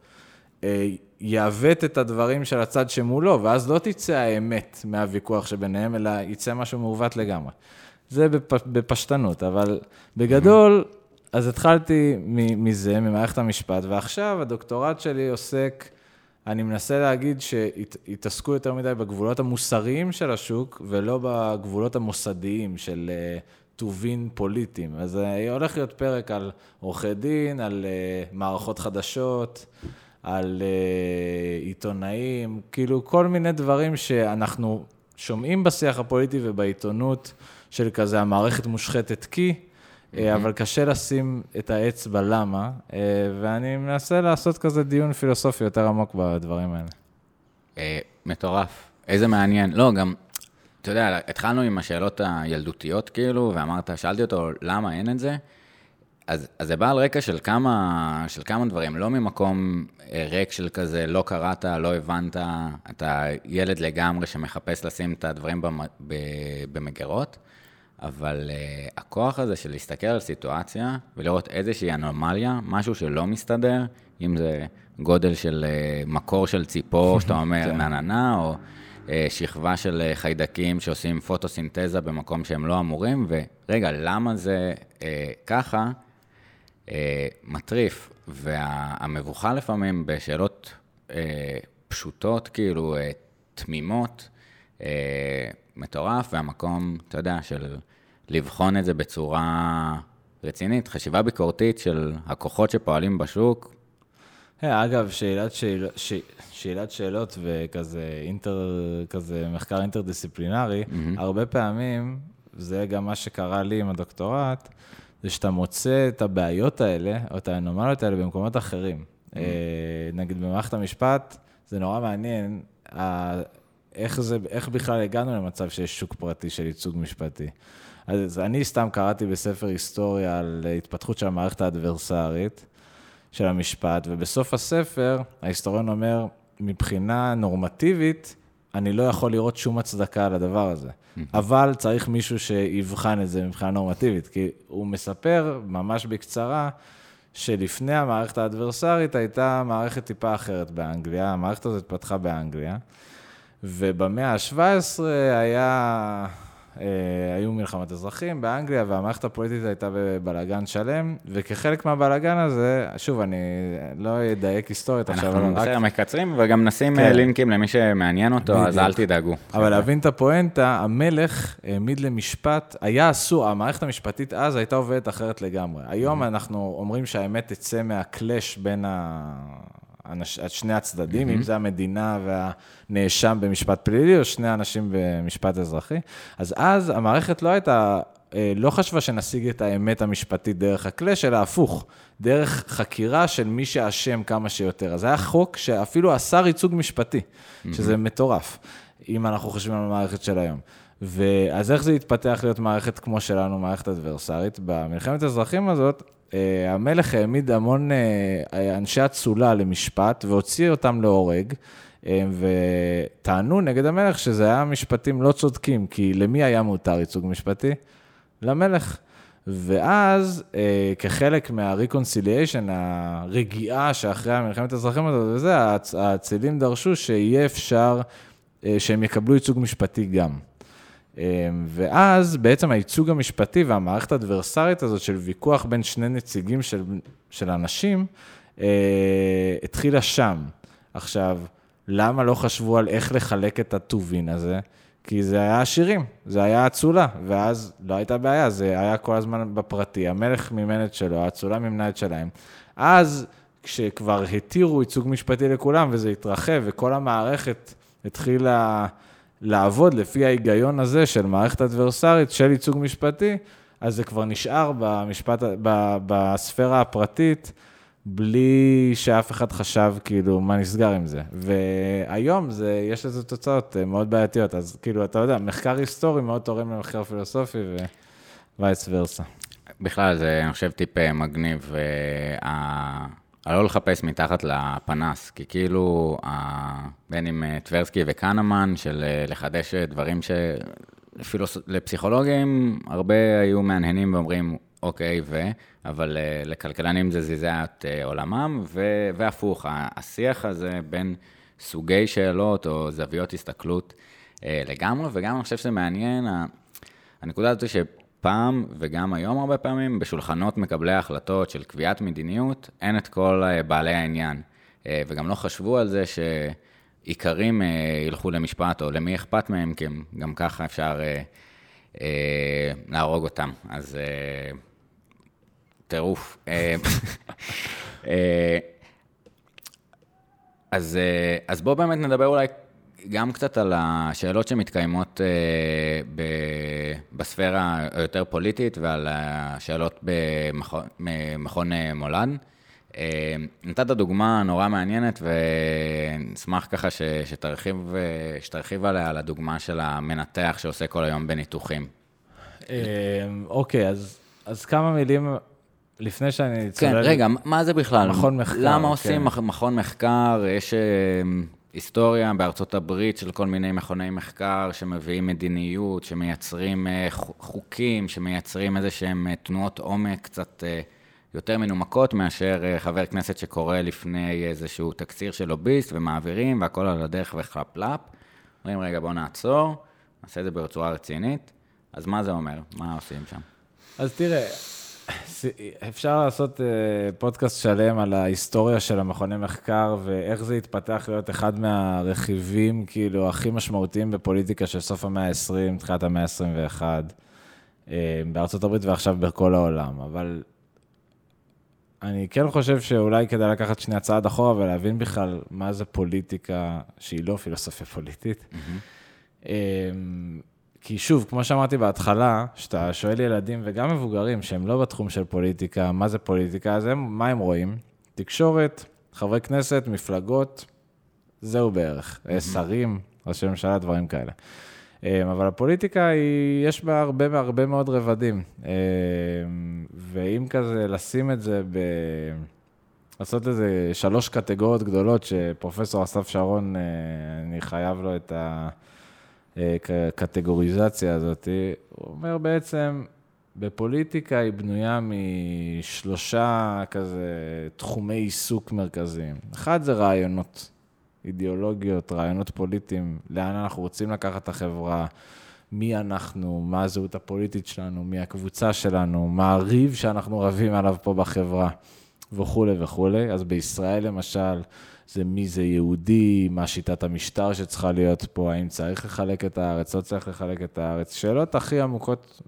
יעוות את הדברים של הצד שמולו, ואז לא תצא האמת מהוויכוח שביניהם, אלא יצא משהו מעוות לגמרי. זה בפשטנות, אבל בגדול, אז התחלתי מזה, ממערכת המשפט, ועכשיו הדוקטורט שלי עוסק, אני מנסה להגיד שהתעסקו יותר מדי בגבולות המוסריים של השוק, ולא בגבולות המוסדיים של טובין פוליטיים. אז הולך להיות פרק על עורכי דין, על מערכות חדשות, על עיתונאים, כאילו כל מיני דברים שאנחנו שומעים בשיח הפוליטי ובעיתונות של כזה המערכת מושחתת כי, אבל קשה לשים את האצבע למה, ואני מנסה לעשות כזה דיון פילוסופי יותר עמוק בדברים האלה. מטורף, איזה מעניין. לא, גם, אתה יודע, התחלנו עם השאלות הילדותיות כאילו, ואמרת, שאלתי אותו, למה אין את זה? אז, אז זה בא על רקע של כמה, של כמה דברים, לא ממקום ריק של כזה, לא קראת, לא הבנת, אתה ילד לגמרי שמחפש לשים את הדברים במגרות, אבל uh, הכוח הזה של להסתכל על סיטואציה ולראות איזושהי אנומליה, משהו שלא מסתדר, אם זה גודל של uh, מקור של ציפור, שאתה אומר נננה, או uh, שכבה של uh, חיידקים שעושים פוטוסינתזה במקום שהם לא אמורים, ורגע, למה זה uh, ככה? Uh, מטריף, והמבוכה לפעמים בשאלות uh, פשוטות, כאילו uh, תמימות, uh, מטורף, והמקום, אתה יודע, של לבחון את זה בצורה רצינית, חשיבה ביקורתית של הכוחות שפועלים בשוק. Hey, אגב, שאלת, שאל, ש, שאלת שאלות וכזה אינטר, כזה מחקר אינטרדיסציפלינרי, mm-hmm. הרבה פעמים, זה גם מה שקרה לי עם הדוקטורט, זה שאתה מוצא את הבעיות האלה, או את האנומליות האלה במקומות אחרים. Mm-hmm. נגיד במערכת המשפט, זה נורא מעניין, איך, זה, איך בכלל הגענו למצב שיש שוק פרטי של ייצוג משפטי. אז אני סתם קראתי בספר היסטוריה על התפתחות של המערכת האדברסרית של המשפט, ובסוף הספר ההיסטוריון אומר, מבחינה נורמטיבית, אני לא יכול לראות שום הצדקה על הדבר הזה. אבל צריך מישהו שיבחן את זה מבחינה נורמטיבית, כי הוא מספר ממש בקצרה, שלפני המערכת האדברסרית הייתה מערכת טיפה אחרת באנגליה, המערכת הזאת פתחה באנגליה, ובמאה ה-שבע עשרה היה, היו מלחמת אזרחים באנגליה, והמערכת הפוליטית הייתה בבלגן שלם, וכחלק מהבלגן הזה, שוב, אני לא אדייק היסטורית עכשיו. אנחנו בסדר מקצרים, וגם נשים כן. לינקים למי שמעניין אותו, בדיוק. אז אל תדאגו. אבל להבין את הפואנטה, המלך העמיד למשפט, היה אסור, המערכת המשפטית אז הייתה עובדת אחרת לגמרי. היום אנחנו אומרים שהאמת תצא מהקלש בין ה... שני הצדדים, אם זה המדינה והנאשם במשפט פלילי, או שני אנשים במשפט אזרחי. אז אז המערכת לא הייתה, לא חשבה שנשיג את האמת המשפטית דרך הכלי, אלא הפוך, דרך חקירה של מי שאשם כמה שיותר. אז היה חוק שאפילו אסר ייצוג משפטי, שזה מטורף, אם אנחנו חושבים על המערכת של היום. ואז איך זה יתפתח להיות מערכת כמו שלנו, מערכת אדברסרית? במלחמת האזרחים הזאת, המלך העמיד המון אנשי אצולה למשפט, והוציא אותם להורג, וטענו נגד המלך שזה היה משפטים לא צודקים, כי למי היה מותר ייצוג משפטי? למלך. ואז, כחלק מה-reconciliation, הרגיעה שאחרי המלחמת האזרחים הזאת, וזה, האצילים דרשו שיהיה אפשר שהם יקבלו ייצוג משפטי גם. ואז בעצם הייצוג המשפטי והמערכת האדברסרית הזאת של ויכוח בין שני נציגים של, של אנשים, התחילה שם. עכשיו, למה לא חשבו על איך לחלק את הטובין הזה? כי זה היה עשירים, זה היה אצולה, ואז לא הייתה בעיה, זה היה כל הזמן בפרטי, המלך מימן את שלו, האצולה מימנה את שלהם. אז כשכבר התירו ייצוג משפטי לכולם, וזה התרחב, וכל המערכת התחילה לעבוד לפי ההיגיון הזה של מערכת אדברסרית, של ייצוג משפטי, אז זה כבר נשאר במשפט, בספירה הפרטית, בלי שאף אחד חשב כאילו מה נסגר עם זה. והיום זה, יש לזה תוצאות מאוד בעייתיות, אז כאילו אתה יודע, מחקר היסטורי מאוד תורם למחקר פילוסופי ווייס ורסה. בכלל זה, אני חושב, טיפ מגניב, לא לחפש מתחת לפנס, כי כאילו, בין עם טברסקי וקנמן, של לחדש דברים שלפסיכולוגים הרבה היו מעניינים ואומרים, אוקיי, ו... אבל לכלכלנים זה זיזע את עולמם, ו... והפוך, השיח הזה בין סוגי שאלות או זוויות הסתכלות לגמרי, וגם אני חושב שזה מעניין, הנקודה הזאת שפעם וגם היום הרבה פעמים, בשולחנות מקבלי ההחלטות של קביעת מדיניות, אין את כל בעלי העניין, וגם לא חשבו על זה שעיקרים ילכו למשפט, או למי אכפת מהם, כי גם ככה אפשר להרוג אותם, אז... טירוף. אז, אז בואו באמת נדבר אולי גם קצת על השאלות שמתקיימות בספירה היותר פוליטית, ועל השאלות במכון מולד. נתת דוגמה נורא מעניינת, ונשמח ככה שתרחיב, שתרחיב עליה על הדוגמה של המנתח שעושה כל היום בניתוחים. אוקיי, אז, אז כמה מילים... לפני שאני... כן, רגע, מה זה בכלל? מכון מחקר. למה עושים מכון מחקר? יש היסטוריה בארצות הברית של כל מיני מכוני מחקר שמביאים מדיניות, שמייצרים חוקים, שמייצרים איזה שהם תנועות עומק קצת יותר מנומקות מאשר חבר כנסת שקורא לפני איזשהו תקציר של לוביסט ומעבירים והכל על הדרך וחלפלפ. אומרים, רגע, בוא נעצור, נעשה את זה בצורה רצינית. אז מה זה אומר? מה עושים שם? אז תראה... אפשר לעשות פודקאסט שלם על ההיסטוריה של המכוני מחקר, ואיך זה התפתח להיות אחד מהרכיבים, כאילו, הכי משמעותיים בפוליטיקה של סוף המאה ה-עשרים, תחילת המאה ה-עשרים ואחת, בארצות הברית ועכשיו בכל העולם. אבל אני כן חושב שאולי כדאי לקחת שני הצעד אחורה, ולהבין בכלל מה זה פוליטיקה שהיא לא פילוסופיה פוליטית. Mm-hmm. כי שוב, כמו שאמרתי בהתחלה, שאתה שואל ילדים וגם מבוגרים שהם לא בתחום של פוליטיקה, מה זה פוליטיקה, אז הם, מה הם רואים? תקשורת, חברי כנסת, מפלגות, זהו בערך, mm-hmm. שרים, ראשי ממשלה, דברים כאלה. אבל הפוליטיקה, היא, יש בה הרבה, הרבה מאוד רבדים. ואם כזה לשים את זה, ב... לעשות איזה שלוש קטגוריות גדולות, שפרופסור אסף שרון, אני חייב לו את ה... קטגוריזציה הזאת, הוא אומר בעצם, בפוליטיקה היא בנויה משלושה כזה תחומי עיסוק מרכזיים. אחד זה רעיונות, אידיאולוגיות, רעיונות פוליטיים, לאן אנחנו רוצים לקחת את החברה, מי אנחנו, מה הזהות הפוליטית שלנו, מי הקבוצה שלנו, מה הריב שאנחנו רבים עליו פה בחברה, וכו' וכו'. אז בישראל למשל, זה מי זה יהודי, מה שיטת המשטר שצריכה להיות פה, האם צריך לחלק את הארץ, לא צריך לחלק את הארץ. שאלות הכי עמוקות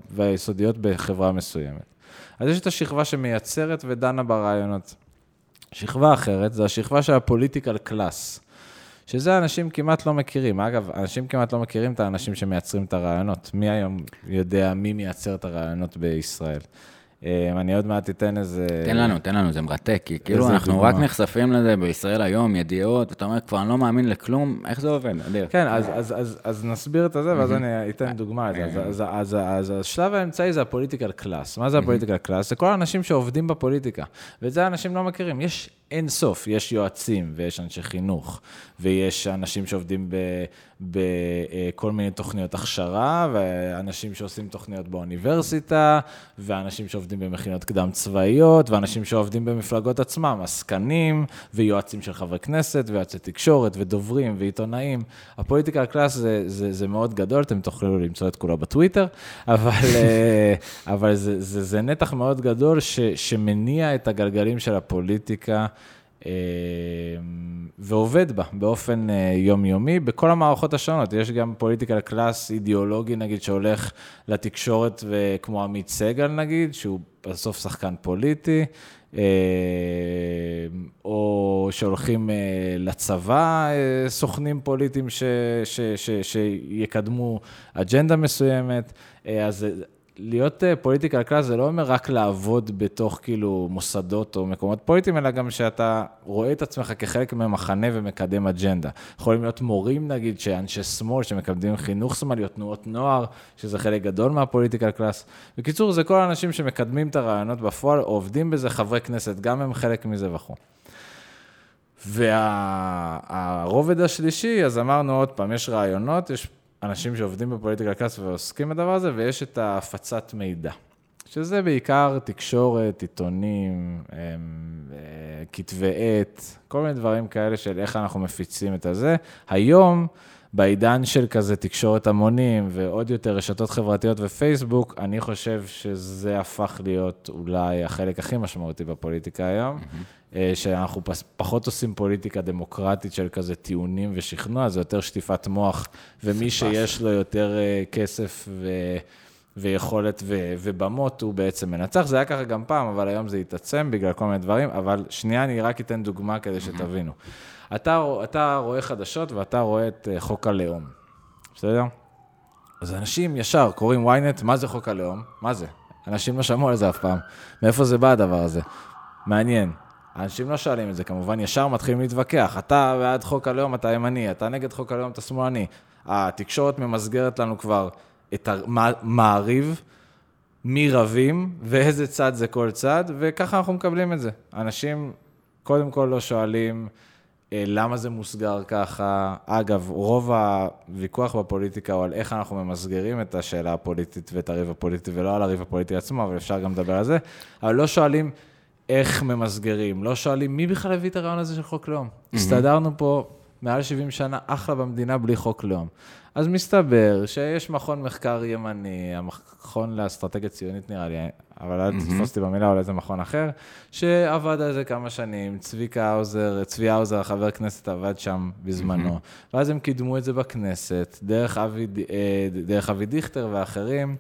והיסודיות בחברה מסוימת. אז יש את השכבה שמייצרת ודנה ברעיונות. שכבה אחרת, זה השכבה של הפוליטיקל קלאס, שזה אנשים כמעט לא מכירים. אגב, אנשים כמעט לא מכירים את האנשים שמייצרים את הרעיונות. מי היום יודע מי מייצר את הרעיונות בישראל? אני עוד מעט אתן איזה... תן לנו, תן לנו, זה מרתק, כי כאילו אנחנו רק נחשפים לזה בישראל היום, ידיעות, ואתה אומר, כבר אני לא מאמין לכלום, איך זה עובד? אדיר. כן, אז נסביר את זה, ואז אני אתן דוגמה. אז השלב האמצעי זה הפוליטיקל קלאס. מה זה הפוליטיקל קלאס? זה כל האנשים שעובדים בפוליטיקה, ואת זה האנשים לא מכירים. יש אין סוף, יש יועצים, ויש אנשי חינוך, ויש אנשים שעובדים בכל מיני תוכניות הכשרה, ואנשים שעושים תוכניות באוניברסיטה, ואנשים שעובדים במכינות קדם צבאיות, ואנשים שעובדים במפלגות עצמם, עסקנים, ויועצים של חברי כנסת, ויועצי תקשורת, ודוברים, ועיתונאים. הפוליטיקל קלאס זה, זה, זה מאוד גדול, אתם תוכלו למצוא את כולו בטוויטר, אבל, אבל זה, זה, זה נתח מאוד גדול ש, שמניע את הגלגלים של הפוליטיקה, ועובד בה באופן יומיומי בכל המערכות השונות. יש גם פוליטיקל קלאס אידיאולוגי, נגיד, שהולך לתקשורת, וכמו עמית סגל, נגיד, שהוא בסוף שחקן פוליטי, או שהולכים לצבא סוכנים פוליטיים ש, ש, ש, שיקדמו אג'נדה מסוימת. אז להיות פוליטיקל קלאס זה לא אומר רק לעבוד בתוך כאילו מוסדות או מקומות פוליטיים, אלא גם שאתה רואה את עצמך כחלק ממחנה ומקדם אג'נדה. יכולים להיות מורים, נגיד, שאנשי שמאל שמקדמים חינוך שמאל, להיות תנועות נוער, שזה חלק גדול מהפוליטיקל קלאס. בקיצור, זה כל האנשים שמקדמים את הרעיונות בפועל, עובדים בזה, חברי כנסת, גם הם חלק מזה וכו'. והרובד השלישי, אז אמרנו עוד פעם, יש רעיונות, יש אנשים שעובדים בפוליטיקל קלאס ועוסקים בדבר הזה, ויש את ההפצת מידע, שזה בעיקר תקשורת, עיתונים, כתבי עת, כל מיני דברים כאלה של איך אנחנו מפיצים את הזה. היום, בעידן של כזה תקשורת המונים, ועוד יותר רשתות חברתיות ופייסבוק, אני חושב שזה הפך להיות אולי החלק הכי משמעותי בפוליטיקה היום, שאנחנו פחות עושים פוליטיקה דמוקרטית של כזה טיעונים ושכנוע, זה יותר שטיפת מוח, ומי שיש לו יותר כסף ו... ויכולת ו... ובמות, הוא בעצם מנצח. זה היה ככה גם פעם, אבל היום זה יתעצם בגלל כל מיני דברים, אבל שנייה אני רק אתן דוגמה כדי שתבינו. אתה, אתה רואה חדשות ואתה רואה את חוק הלאום, בסדר? אז אנשים ישר קוראים וויינט, מה זה חוק הלאום? מה זה? אנשים לא שמעו על זה אף פעם. מאיפה זה בא הדבר הזה? מעניין. האנשים לא שואלים את זה, כמובן ישר מתחילים להתווכח. אתה בעד חוק הלאום, אתה ימני, אתה נגד חוק הלאום, אתה שמאלני. התקשורת ממסגרת לנו כבר את המעריב, מי רבים, ואיזה צד זה כל צד, וככה אנחנו מקבלים את זה. אנשים קודם כל לא שואלים למה זה מוסגר ככה. אגב, רוב הוויכוח בפוליטיקה הוא על איך אנחנו ממסגרים את השאלה הפוליטית ואת הריב הפוליטי, ולא על הריב הפוליטי עצמו, אבל אפשר גם לדבר על זה. אבל לא שואלים איך ממסגרים, לא שואלים מי בכלל הביא את הרעיון הזה של חוק לאום. הסתדרנו פה מעל שבעים שנה אחלה במדינה בלי חוק לאום. אז מסתבר שיש מכון מחקר ימני, המכון לאסטרטגיה ציונית נראה לי, אבל אל תתפוס אותי במילה, אולי זה מכון אחר, שעבד על זה כמה שנים, צביקה האוזר, צבי האוזר, החבר כנסת עבד שם בזמנו, ואז הם קידמו את זה בכנסת, דרך אבי, דרך אבי דיכטר ואחרים,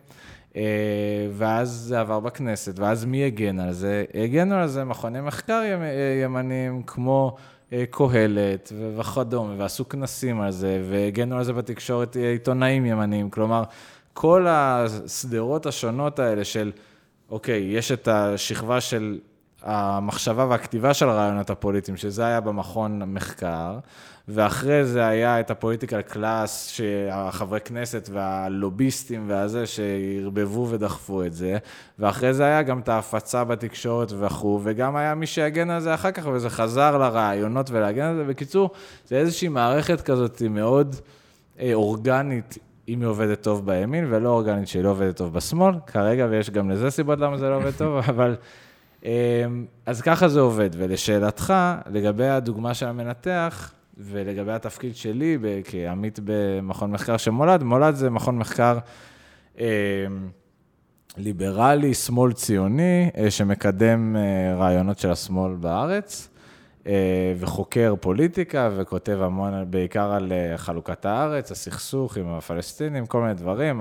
ואז זה עבר בכנסת, ואז מי הגן על זה? הגנו על זה מכוני מחקר ימניים כמו קהלת וכדומה, ועשו כנסים על זה, והגנו על זה בתקשורת עיתונאים ימניים, כלומר, כל הסדרות השונות האלה של, אוקיי, יש את השכבה של המחשבה והכתיבה של הרעיונות הפוליטיים, שזה היה במכון מחקר, ואחרי זה היה את הפוליטיקל קלאס, שהחברי כנסת והלוביסטים והזה שהרבבו ודחפו את זה, ואחרי זה היה גם את ההפצה בתקשורת וכו', וגם היה מי שיגן על זה אחר כך, וזה חזר לרעיונות ולהגן על זה. בקיצור, זה איזושהי מערכת כזאת מאוד אורגנית, אם היא עובדת טוב בימין, ולא אורגנית שהיא לא עובדת טוב בשמאל, כרגע, ויש גם לזה סיבות למה זה לא עובד טוב, אבל אז ככה זה עובד. ולשאלתך, לגבי הדוגמה של המנתח, ולגבי התפקיד שלי, כעמית במכון מחקר שמולד, מולד זה מכון מחקר ליברלי, שמאל ציוני, שמקדם רעיונות של השמאל בארץ, וחוקר פוליטיקה, וכותב המון בעיקר על חלוקת הארץ, הסכסוך עם הפלסטינים, כל מיני דברים,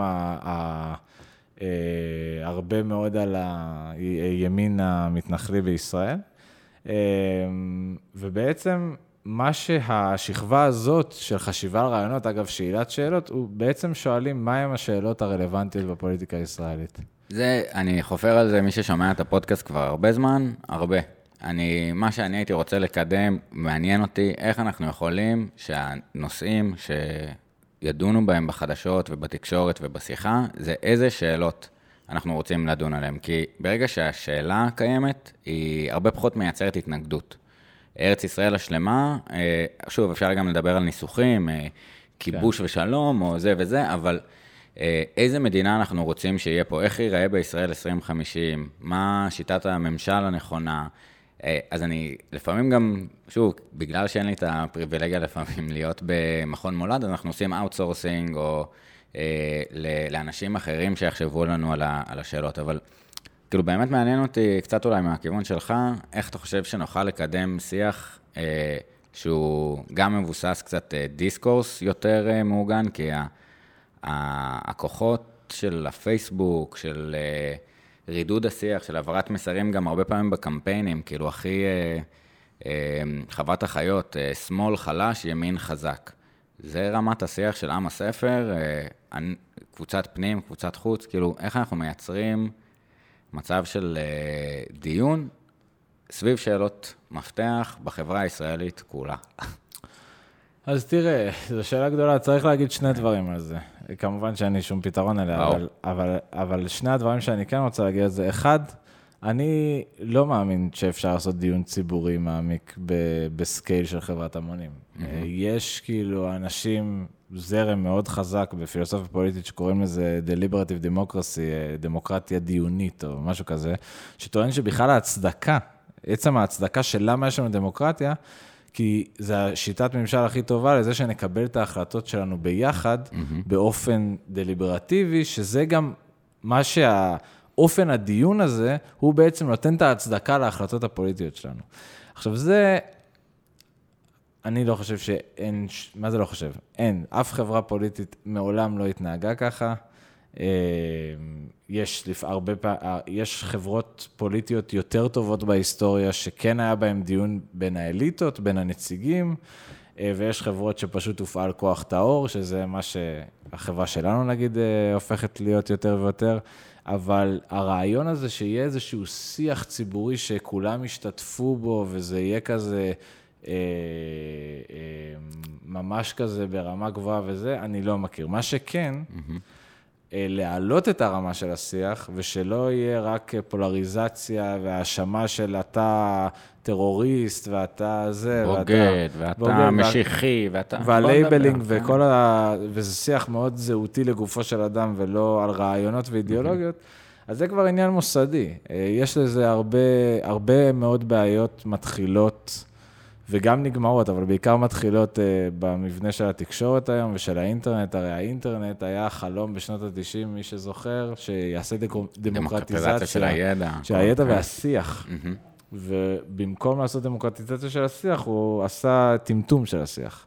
הרבה מאוד על הימין המתנחלי בישראל. ובעצם מה שהשכבה הזאת של חשיבה על רעיונות, אגב, שאלת שאלות, הוא בעצם שואלים מהם השאלות הרלוונטיות בפוליטיקה הישראלית. זה, אני חופר על זה, מי ששומע את הפודקאסט כבר הרבה זמן, הרבה. אני, מה שאני הייתי רוצה לקדם, מעניין אותי איך אנחנו יכולים שהנושאים שידונו בהם בחדשות ובתקשורת ובשיחה, זה איזה שאלות אנחנו רוצים לדון עליהם. כי ברגע שהשאלה קיימת, היא הרבה פחות מייצרת התנגדות. ארץ ישראל השלמה, שוב, אפשר גם לדבר על ניסוחים, כיבוש כן. ושלום, או זה וזה, אבל איזה מדינה אנחנו רוצים שיהיה פה, איך ייראה בישראל עשרים חמישים, מה שיטת הממשל הנכונה, אז אני לפעמים גם, שוב, בגלל שאין לי את הפריבילגיה לפעמים להיות במכון מולד, אז אנחנו עושים אאוטסורסינג, או לאנשים אחרים שיחשבו לנו על השאלות, אבל כאילו באמת מעניין אותי קצת אולי מהכיוון שלך, איך אתה חושב שנוכל לקדם שיח אה, שהוא גם מבוסס קצת אה, דיסקורס יותר אה, מעוגן, כי ה, ה, הכוחות של הפייסבוק, של אה, רידוד השיח, של העברת מסרים גם הרבה פעמים בקמפיינים, כאילו הכי אה, אה, חוות החיות, אה, שמאל חלש, ימין חזק. זה רמת השיח של עם הספר, אה, קבוצת פנים, קבוצת חוץ, כאילו איך אנחנו מייצרים מצב של uh, דיון סביב שאלות מפתח בחברה הישראלית כולה. אז תראה, זו שאלה גדולה, צריך להגיד שני דברים על זה. כמובן שאין לי שום פתרון עליה, אבל, אבל, אבל שני הדברים שאני כן רוצה להגיד על זה, אחד, אני לא מאמין שאפשר לעשות דיון ציבורי מעמיק ב- בסקייל של חברת המונים. Mm-hmm. יש כאילו אנשים, זרם מאוד חזק בפילוסופיה פוליטית שקוראים לזה deliberative democracy, דמוקרטיה דיונית או משהו כזה, שטוען שבכלל ההצדקה, עצם ההצדקה של למה יש לנו דמוקרטיה, כי זו השיטת ממשל הכי טובה לזה שנקבל את ההחלטות שלנו ביחד, mm-hmm. באופן דליברטיבי, שזה גם מה שה... אופן הדיון הזה, הוא בעצם נותן את ההצדקה להחלטות הפוליטיות שלנו. עכשיו זה, אני לא חושב שאין, מה זה לא חושב? אין, אף חברה פוליטית מעולם לא התנהגה ככה. יש הרבה, יש חברות פוליטיות יותר טובות בהיסטוריה, שכן היה בהן דיון בין האליטות, בין הנציגים, ויש חברות שפשוט הופעל כוח טהור, שזה מה שהחברה שלנו נגיד הופכת להיות יותר ויותר, אבל הרעיון הזה שיהיה איזשהו שיח ציבורי שכולם ישתתפו בו, וזה יהיה כזה, אה, אה, ממש כזה ברמה גבוהה וזה, אני לא מכיר. מה שכן, mm-hmm. אה, להעלות את הרמה של השיח, ושלא יהיה רק פולריזציה והאשמה של אתה טרוריסט, ואתה זה, בוגד, ואתה, ואתה משיחי, ואתה... והלייבלינג וכל ה... וזה שיח מאוד זהותי לגופו של אדם, ולא על רעיונות ואידיאולוגיות, אז זה כבר עניין מוסדי. יש לזה הרבה, הרבה מאוד בעיות מתחילות, וגם נגמרות, אבל בעיקר מתחילות במבנה של התקשורת היום, ושל האינטרנט. הרי האינטרנט היה חלום בשנות ה-תשעים, מי שזוכר, שיעשה דמוקרטיזציה של הידע. של הידע והשיח. ובמקום לעשות דמוקרטיזציה של השיח, הוא עשה טמטום של השיח.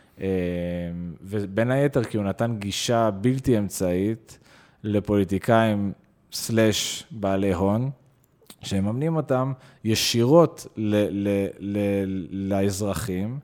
ובין היתר, כי הוא נתן גישה בלתי אמצעית לפוליטיקאים סלש בעלי הון, שהם ממנים אותם ישירות ל- ל- ל- לאזרחים,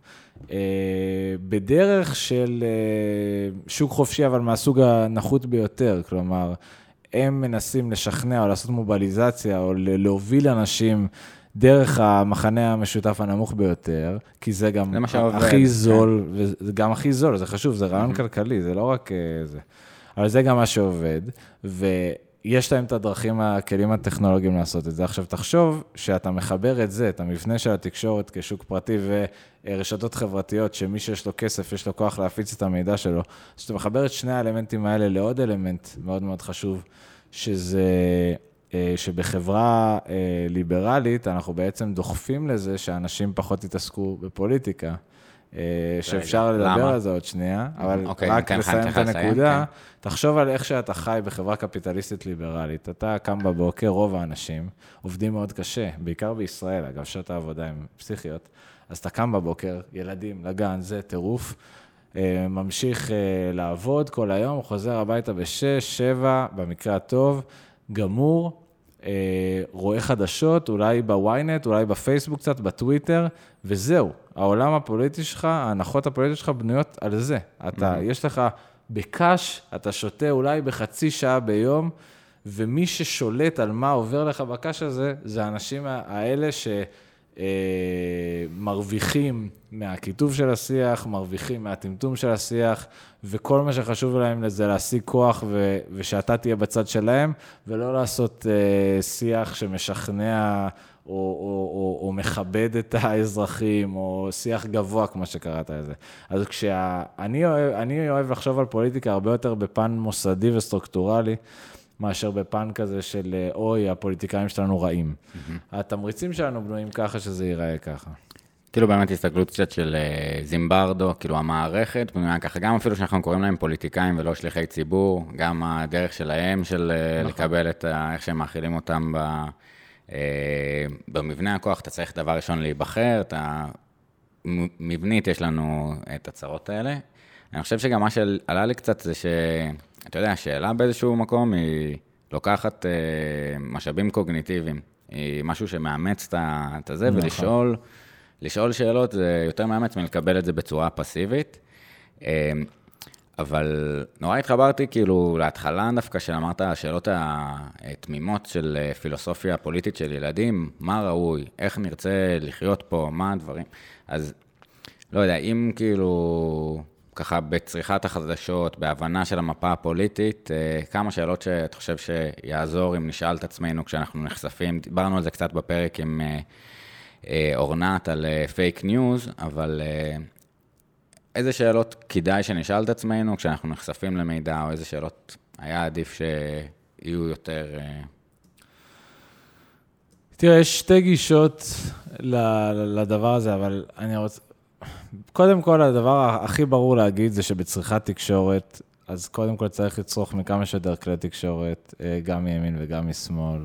בדרך של שוק חופשי, אבל מהסוג הנחות ביותר. כלומר, הם מנסים לשכנע או לעשות מובליזציה, או להוביל אנשים דרך המחנה המשותף הנמוך ביותר, כי זה גם הכי זול, וזה גם הכי זול, זה חשוב, זה רעיון כלכלי, זה לא רק זה. אבל זה גם מה שעובד, ויש להם את הדרכים, הכלים הטכנולוגיים לעשות את זה. עכשיו תחשוב שאתה מחבר את זה, את המבנה של התקשורת כשוק פרטי ורשתות חברתיות, שמי שיש לו כסף, יש לו כוח להפיץ את המידע שלו, אז שאתה מחבר את שני האלמנטים האלה לעוד אלמנט מאוד מאוד חשוב, שזה... שבחברה ליברלית אנחנו בעצם דוחפים לזה שאנשים פחות יתעסקו בפוליטיקה, שאפשר לדבר על זה עוד שנייה, אבל רק לסיים את הנקודה, תחשוב על איך שאתה חי בחברה קפיטליסטית ליברלית, אתה קם בבוקר, רוב האנשים עובדים מאוד קשה, בעיקר בישראל, אגב שעות העבודה הן פסיכיות, אז אתה קם בבוקר, ילדים, לגן, זה טירוף, ממשיך לעבוד כל היום, חוזר הביתה בשש, שבע, במקרה הטוב, גמור, רואה חדשות, אולי בוויינט, אולי בפייסבוק קצת, בטוויטר, וזהו. העולם הפוליטי שלך, ההנחות הפוליטיות שלך בנויות על זה. אתה, יש לך בקש, אתה שותה אולי בחצי שעה ביום, ומי ששולט על מה עובר לך בקש הזה, זה האנשים האלה שמרוויחים מהכיתוב של השיח, מרוויחים מהטמטום של השיח, וכל מה שחשוב להם זה להשיג כוח ו- ושאתה תהיה בצד שלהם, ולא לעשות uh, שיח שמשכנע או, או, או, או מכבד את האזרחים, או שיח גבוה, כמו שקראת לזה. אז כשאני אוהב, אני אוהב לחשוב על פוליטיקה הרבה יותר בפן מוסדי וסטרוקטורלי, מאשר בפן כזה של, אוי, הפוליטיקאים שלנו רעים. התמריצים שלנו בנויים ככה שזה ייראה ככה. כאילו באמת הסתכלות קצת של זימברדו, כאילו המערכת, ככה גם אפילו שאנחנו קוראים להם פוליטיקאים ולא שליחי ציבור, גם הדרך שלהם של לקבל את איך שהם מאכילים אותם במבנה הכוח, אתה צריך דבר ראשון להיבחר, אתה מבנית יש לנו את הצרות האלה. אני חושב שגם מה שעלה לי קצת זה ש... אתה יודע, השאלה באיזשהו מקום היא לוקחת אה, משאבים קוגניטיביים, היא משהו שמאמץ את זה, נכון. ולשאול לשאול שאלות זה יותר מאמץ מלקבל את זה בצורה פסיבית, אה, אבל נורא התחברתי כאילו להתחלה דווקא שאמרת השאלות התמימות של פילוסופיה פוליטית של ילדים, מה ראוי, איך נרצה לחיות פה, מה הדברים, אז לא יודע, אם כאילו... ככה בצריכת החדשות, בהבנה של המפה הפוליטית, כמה שאלות שאת חושב שיעזור אם נשאל את עצמנו כשאנחנו נחשפים, דיברנו על זה קצת בפרק עם אורנת על פייק ניוז, אבל איזה שאלות כדאי שנשאל את עצמנו כשאנחנו נחשפים למידע, או איזה שאלות היה עדיף שיהיו יותר... תראה, יש שתי גישות לדבר הזה, אבל אני רוצה... קודם כל, הדבר הכי ברור להגיד זה שבצריכת תקשורת, אז קודם כל צריך לצרוך מכמה שיותר כלי תקשורת, גם מימין וגם משמאל,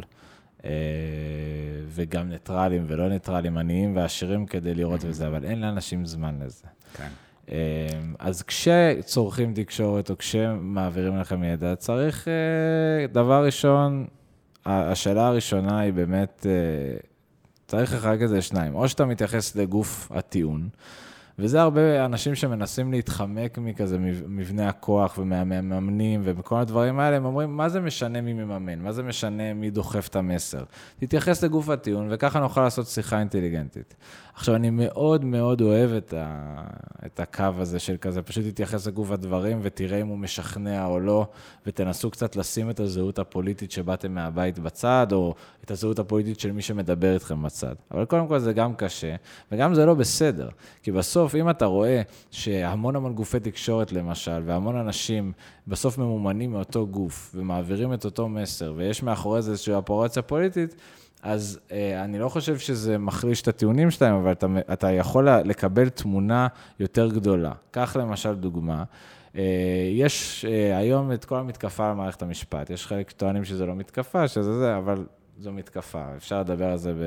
וגם ניטרלים ולא ניטרלים, עניים ועשירים כדי לראות וזה, אבל אין לאנשים זמן לזה. כן. אז כשצורכים תקשורת או כשמעבירים לכם ידע, צריך, דבר ראשון, השאלה הראשונה היא באמת, צריך אחר כזה שניים, או שאתה מתייחס לגוף הטיעון, וזה הרבה אנשים שמנסים להתחמק מכזה מבנה הכוח ומהמאמנים ובכל הדברים האלה, הם אומרים, מה זה משנה מי מממן? מה זה משנה מי דוחף את המסר? תתייחס לגוף הטיעון, וככה נוכל לעשות שיחה אינטליגנטית. עכשיו, אני מאוד מאוד אוהב את, ה... את הקו הזה של כזה, פשוט תתייחס לגוף הדברים ותראה אם הוא משכנע או לא, ותנסו קצת לשים את הזהות הפוליטית שבאתם מהבית בצד, או את הזהות הפוליטית של מי שמדבר איתכם בצד. אבל קודם כל זה גם קשה, וגם זה לא בסדר, כי בסוף, אם אתה רואה שהמון המון גופי תקשורת למשל, והמון אנשים בסוף ממומנים מאותו גוף, ומעבירים את אותו מסר, ויש מאחורי זה איזושהי אופרציה פוליטית, אז אה, אני לא חושב שזה מחליש את הטיעונים שלהם, אבל אתה, אתה יכול לקבל תמונה יותר גדולה. כך למשל דוגמה, אה, יש אה, היום את כל המתקפה על מערכת המשפט, יש חלק טוענים שזה לא מתקפה, שזה זה, אבל זו מתקפה, אפשר לדבר על זה ב...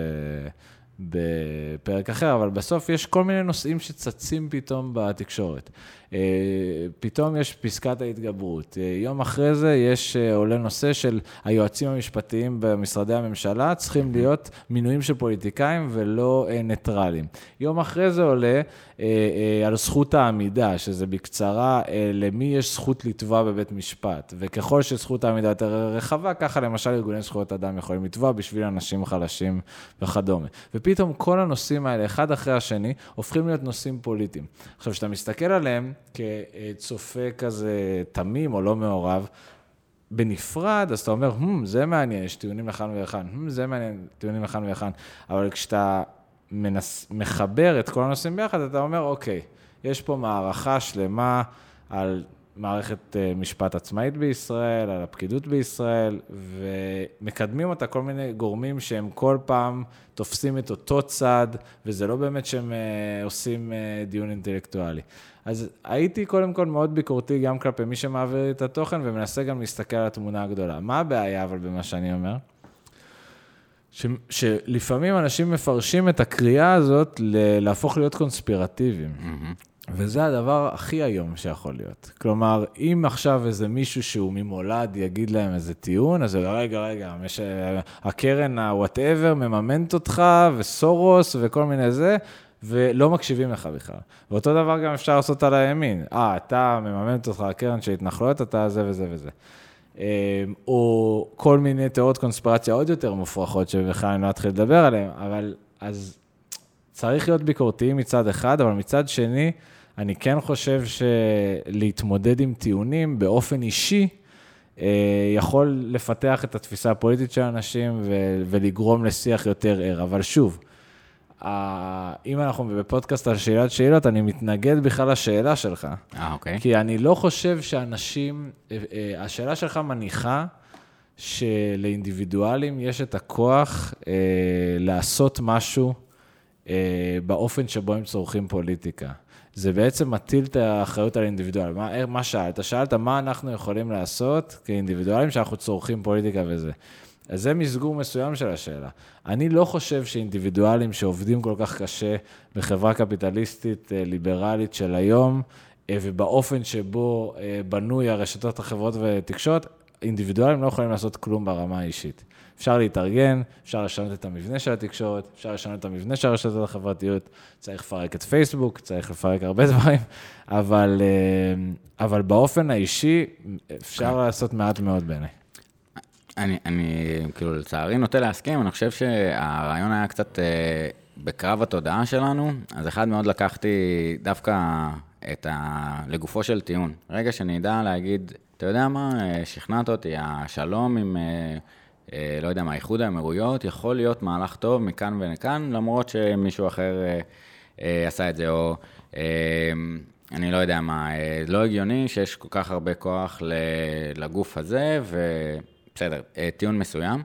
בפרק אחר, אבל בסוף יש כל מיני נושאים שצצים פתאום בתקשורת. פתאום יש פסקת ההתגברות. יום אחרי זה יש עולה נושא של היועצים המשפטיים במשרדי הממשלה, צריכים להיות מינויים של פוליטיקאים ולא ניטרלים. יום אחרי זה עולה על זכות העמידה, שזה בקצרה למי יש זכות לתבוע בבית משפט, וככל שזכות העמידה יותר רחבה, ככה למשל ארגוני זכויות אדם יכולים לתבוע בשביל אנשים חלשים וכדומה. ופתאום כל הנושאים האלה, אחד אחרי השני, הופכים להיות נושאים פוליטיים. עכשיו, שאתה מסתכל עליהם כצופה כזה תמים או לא מעורב, בנפרד, אז אתה אומר, "הם, זה מעניין, יש טיעונים לכאן ולכאן, הם, זה מעניין, טיעונים לכאן ולכאן", אבל כשאתה מנס, מחבר את כל הנושאים ביחד, אתה אומר, אוקיי, יש פה מערכה שלמה על מערכת משפט עצמאית בישראל, על הפקידות בישראל, ומקדמים אותה כל מיני גורמים שהם כל פעם תופסים את אותו צד, וזה לא באמת שהם עושים דיון אינטלקטואלי. אז הייתי קודם כל מאוד ביקורתי גם כלפי מי שמעביר את התוכן, ומנסה גם להסתכל על התמונה הגדולה. מה הבעיה אבל במה שאני אומר? ש, שלפעמים אנשים מפרשים את הקריאה הזאת להפוך להיות קונספירטיביים. Mm-hmm. וזה הדבר הכי היום שיכול להיות. כלומר, אם עכשיו איזה מישהו שהוא ממולד יגיד להם איזה טיעון, אז רגע, רגע, מש... הקרן ה-whatever מממנת אותך, וסורוס וכל מיני זה, ולא מקשיבים לך בכלל. ואותו דבר גם אפשר לעשות על הימין. אה, אתה מממנת אותך הקרן של התנחלויות, אתה זה וזה וזה. או כל מיני תיאוריות קונספירציה עוד יותר מופרכות, שבכלל אני לא אתחיל לדבר עליהן, אבל אז צריך להיות ביקורתיים מצד אחד, אבל מצד שני, אני כן חושב שלהתמודד עם טיעונים באופן אישי, יכול לפתח את התפיסה הפוליטית של האנשים ולגרום לשיח יותר ער. אבל שוב, אם אנחנו בפודקאסט על שאלת שאלות, אני מתנגד בכלל לשאלה שלך. אה, אוקיי. כי אני לא חושב שאנשים, השאלה שלך מניחה שלאינדיבידואלים יש את הכוח לעשות משהו באופן שבו הם צורכים פוליטיקה. זה בעצם מטיל את האחריות על אינדיבידואל. מה, מה שאלת? שאלת מה אנחנו יכולים לעשות כאינדיבידואלים שאנחנו צורכים פוליטיקה וזה. אז זה מסגור מסוים של השאלה. אני לא חושב שאינדיבידואלים שעובדים כל כך קשה בחברה קפיטליסטית ליברלית של היום, ובאופן שבו בנוי הרשתות החברות ותקשורת, אינדיבידואלים לא יכולים לעשות כלום ברמה האישית. אפשר להתארגן, אפשר לשנות את המבנה של התקשורת, אפשר לשנות את המבנה של הרשתות החברתיות, צריך לפרק את פייסבוק, צריך לפרק הרבה דברים, אבל, אבל באופן האישי אפשר לעשות מעט מאוד בעיניי. אני, אני, כאילו, לצערי נוטה להסכים, אני חושב שהרעיון היה קצת אה, בקרב התודעה שלנו, אז אחד מאוד לקחתי דווקא את ה... לגופו של טיעון. רגע שנדע להגיד, אתה יודע מה, שכנעת אותי, השלום עם, אה, אה, לא יודע מה, איחוד האמירויות, יכול להיות מהלך טוב מכאן ולכאן, למרות שמישהו אחר אה, אה, עשה את זה, או... אה, אני לא יודע מה, אה, לא הגיוני שיש כל כך הרבה כוח לגוף הזה, ו... בסדר, טיעון מסוים,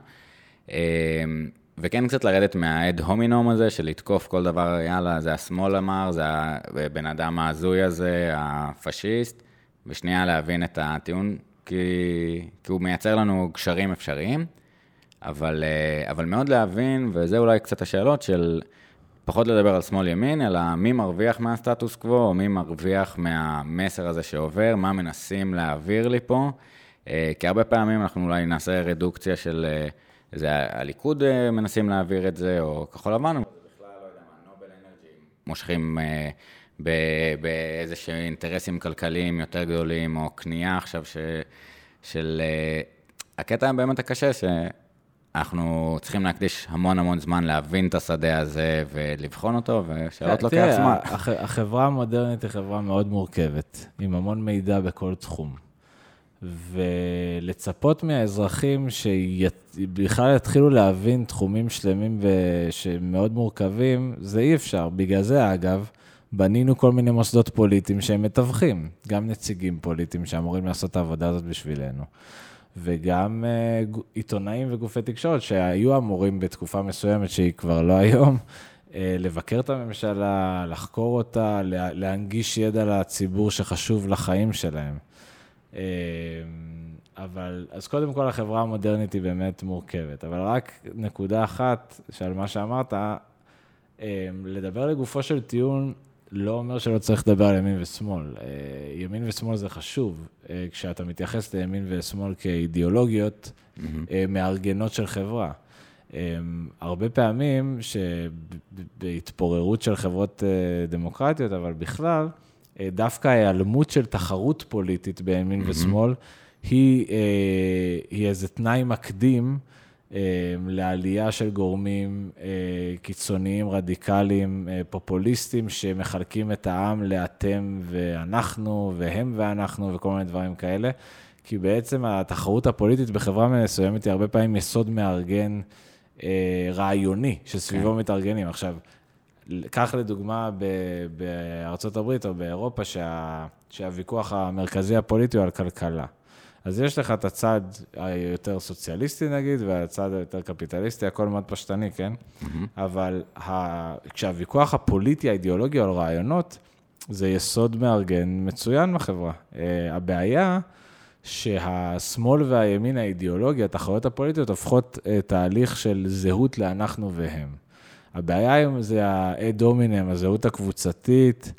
וכן קצת לרדת מהעד הומינום הזה, של לתקוף כל דבר, יאללה, זה השמאל אמר, זה הבן אדם ההזוי הזה, הפשיסט, ושנייה להבין את הטיעון, כי, כי הוא מייצר לנו קשרים אפשריים, אבל, אבל מאוד להבין, וזה אולי קצת השאלות של פחות לדבר על שמאל ימין, אלא מי מרוויח מהסטטוס קוו, או מי מרוויח מהמסר הזה שעובר, מה מנסים להעביר לי פה, כי הרבה פעמים אנחנו אולי נעשה רדוקציה של איזה הליכוד מנסים להעביר את זה, או כחול לבן, אבל זה בכלל, לא יודע מה, נובל אנרג'י מושכים באיזשהם אינטרסים כלכליים יותר גדולים, או קנייה עכשיו של... הקטע באמת הקשה שאנחנו צריכים להקדיש המון המון זמן להבין את השדה הזה ולבחון אותו, ושאלות לוקח זמן. החברה המודרנית היא חברה מאוד מורכבת, עם המון מידע בכל תחום. ולצפות מהאזרחים שבכלל יתחילו להבין תחומים שלמים שמאוד מורכבים, זה אי אפשר. בגלל זה, אגב, בנינו כל מיני מוסדות פוליטיים שהם מתווכים, גם נציגים פוליטיים שאמורים לעשות את העבודה הזאת בשבילנו, וגם עיתונאים וגופי תקשורת שהיו אמורים בתקופה מסוימת שהיא כבר לא היום, לבקר את הממשלה, לחקור אותה, להנגיש ידע לציבור שחשוב לחיים שלהם. אבל, אז קודם כל החברה המודרנית היא באמת מורכבת, אבל רק נקודה אחת שעל מה שאמרת, לדבר לגופו של טיעון לא אומר שלא צריך לדבר על ימין ושמאל. ימין ושמאל זה חשוב, כשאתה מתייחס לימין ושמאל כאידיאולוגיות מארגנות של חברה. הרבה פעמים שבהתפוררות של חברות דמוקרטיות, אבל בכלל, דווקא ההיעלמות של תחרות פוליטית בימין ושמאל, היא, היא איזה תנאי מקדים לעלייה של גורמים קיצוניים, רדיקליים, פופוליסטיים, שמחלקים את העם לאתם ואנחנו, והם ואנחנו, וכל מיני דברים כאלה. כי בעצם התחרות הפוליטית בחברה מסוימת היא הרבה פעמים יסוד מארגן רעיוני, שסביבו מתארגנים. עכשיו, כך לדוגמה בארצות הברית או באירופה, שה, שהוויכוח המרכזי הפוליטי הוא על כלכלה. אז יש לך את הצד היותר סוציאליסטי נגיד, והצד היותר קפיטליסטי, הכל מאוד פשטני, כן? Mm-hmm. אבל ה... כשהוויכוח הפוליטי, האידיאולוגי על רעיונות, זה יסוד מארגן מצוין בחברה. Uh, הבעיה שהשמאל והימין האידיאולוגי, התחרויות הפוליטיות, הופכות uh, תהליך של זהות לאנחנו והם. הבעיה היום זה ה-דומינם, הזהות הקבוצתית,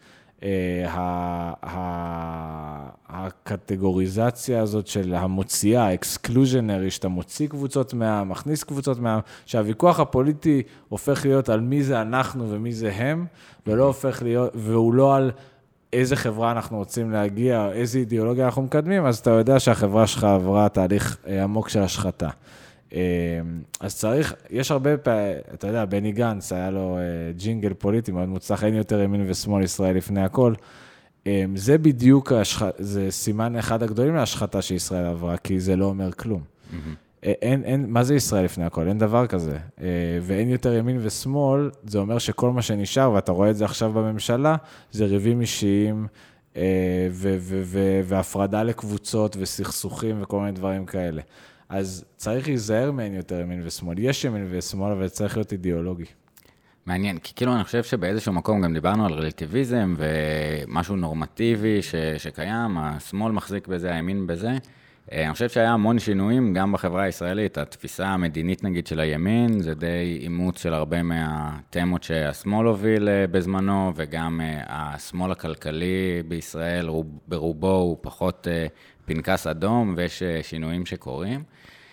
הקטגוריזציה הזאת של המוציאה, האקסקלוז'נרי, שאתה מוציא קבוצות מהעם, מכניס קבוצות מהעם, שהוויכוח הפוליטי הופך להיות על מי זה אנחנו ומי זה הם, ולא הופך להיות, והוא לא על איזה חברה אנחנו רוצים להגיע, איזה אידיאולוגיה אנחנו מקדמים, אז אתה יודע שהחברה שלך עברה תהליך עמוק של השחתה. אז צריך, יש הרבה פעמים, אתה יודע, בני גנץ, היה לו ג'ינגל פוליטי מאוד מוצלח, אין יותר ימין ושמאל ישראל לפני הכל. זה בדיוק, זה סימן אחד הגדולים להשחתה שישראל עברה, כי זה לא אומר כלום. אין, אין, מה זה ישראל לפני הכל? אין דבר כזה. ואין יותר ימין ושמאל, זה אומר שכל מה שנשאר, ואתה רואה את זה עכשיו בממשלה, זה ריבים אישיים, ו- ו- ו- והפרדה לקבוצות וסכסוכים וכל מיני דברים כאלה. אז צריך להיזהר מהן יותר ימין ושמאל. יש ימין ושמאל, אבל צריך להיות אידיאולוגי. מעניין, כי כאילו אני חושב שבאיזשהו מקום גם דיברנו על רלטיביזם ומשהו נורמטיבי ש- שקיים, השמאל מחזיק בזה, הימין בזה. אני חושב שהיה המון שינויים גם בחברה הישראלית, התפיסה המדינית נגיד של הימין, זה די אימוץ של הרבה מהתמות שהשמאל הוביל בזמנו, וגם השמאל הכלכלי בישראל ברובו הוא פחות פנקס אדום, ויש שינויים שקורים.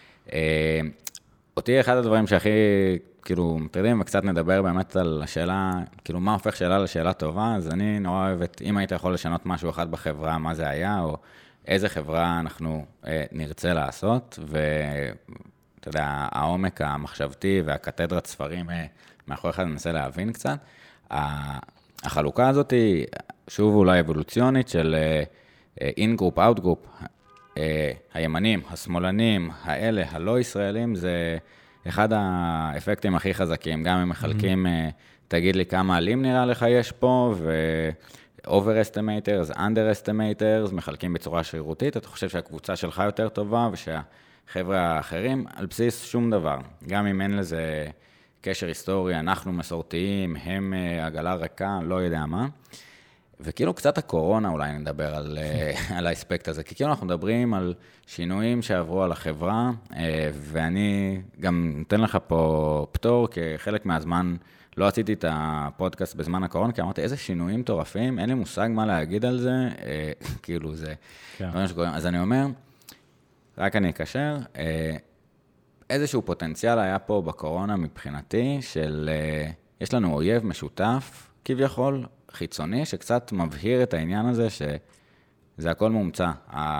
אותי אחד הדברים שהכי כאילו מטרידים, וקצת נדבר באמת על השאלה, כאילו מה הופך שאלה לשאלה טובה, אז אני נורא אוהבת, אם היית יכול לשנות משהו אחד בחברה, מה זה היה, או איזה חברה אנחנו אה, נרצה לעשות, ואתה יודע, העומק המחשבתי והקתדרת ספרים אה, מאחורי אחד ננסה להבין קצת. החלוקה הזאת היא, שוב אולי אבולוציונית, של אין-גרופ, אאוט-גרופ, הימנים, השמאלנים, האלה, הלא ישראלים, זה אחד האפקטים הכי חזקים, גם אם מחלקים, mm-hmm. תגיד לי כמה עלים נראה לך יש פה, ו... overestimators, underestimators, מחלקים בצורה שרירותית, אתה חושב שהקבוצה שלך יותר טובה, ושהחבר'ה האחרים, על בסיס שום דבר. גם אם אין לזה קשר היסטורי, אנחנו מסורתיים, הם עגלה ריקה, לא יודע מה. וכאילו קצת הקורונה, אולי נדבר על, על האספקט הזה, כי כאילו אנחנו מדברים על שינויים שעברו על החברה, ואני גם נותן לך פה פטור, כחלק מהזמן, לא עשיתי את הפודקאסט בזמן הקורונה, כי אמרתי, איזה שינויים טורפים, אין לי מושג מה להגיד על זה, אה, כאילו זה, כן. אז אני אומר, רק אני אקשר, אה, איזשהו פוטנציאל היה פה בקורונה מבחינתי, של, אה, יש לנו אויב משותף, כביכול, חיצוני, שקצת מבהיר את העניין הזה, שזה הכל מומצא.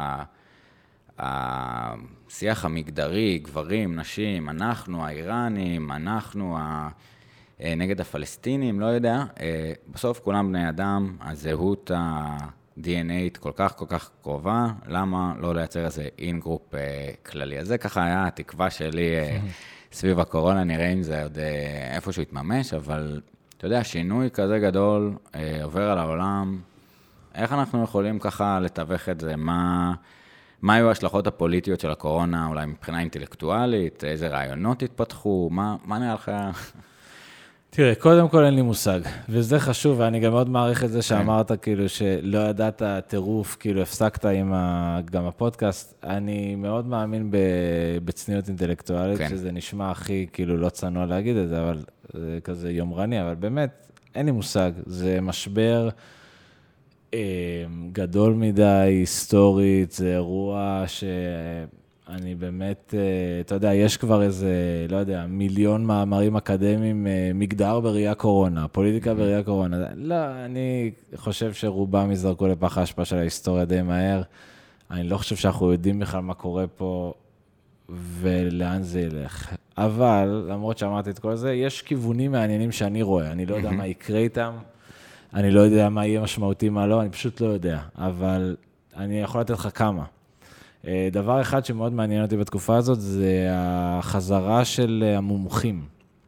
השיח המגדרי, גברים, נשים, אנחנו האיראנים, אנחנו ה... נגד הפלסטינים, לא יודע, בסוף כולם בני אדם, הזהות ה-די אן איי כל כך כל כך קרובה, למה לא לייצר איזה אין-גרופ כללי? אז זה ככה היה התקווה שלי סביב הקורונה, נראה אם זה עוד איפשהו יתממש, אבל אתה יודע, שינוי כזה גדול עובר על העולם, איך אנחנו יכולים ככה לתווך את זה? מה, מה היו ההשלכות הפוליטיות של הקורונה, אולי מבחינה אינטלקטואלית, איזה רעיונות התפתחו, מה, מה נראה לך? תראה, קודם כל אין לי מושג, וזה חשוב, ואני גם מאוד מעריך את זה שאמרת, כאילו, שלא ידעת טירוף, כאילו, הפסקת עם ה... גם הפודקאסט. אני מאוד מאמין בצניעות אינטלקטואלית, כן. שזה נשמע הכי, כאילו, לא צנוע להגיד את זה, אבל זה כזה יומרני, אבל באמת, אין לי מושג. זה משבר אה, גדול מדי, היסטורית, זה אירוע ש... אני באמת, אתה יודע, יש כבר איזה, לא יודע, מיליון מאמרים אקדמיים, מגדר בראייה קורונה, פוליטיקה בראייה קורונה. לא, אני חושב שרובם יזרקו לפח ההשפעה של ההיסטוריה די מהר. אני לא חושב שאנחנו יודעים בכלל מה קורה פה ולאן זה ילך. אבל, למרות שאמרתי את כל זה, יש כיוונים מעניינים שאני רואה. אני לא יודע מה יקרה איתם, אני לא יודע מה יהיה משמעותי, מה לא, אני פשוט לא יודע. אבל אני יכול לתת לך כמה. דבר אחד שמאוד מעניין אותי בתקופה הזאת, זה החזרה של המומחים.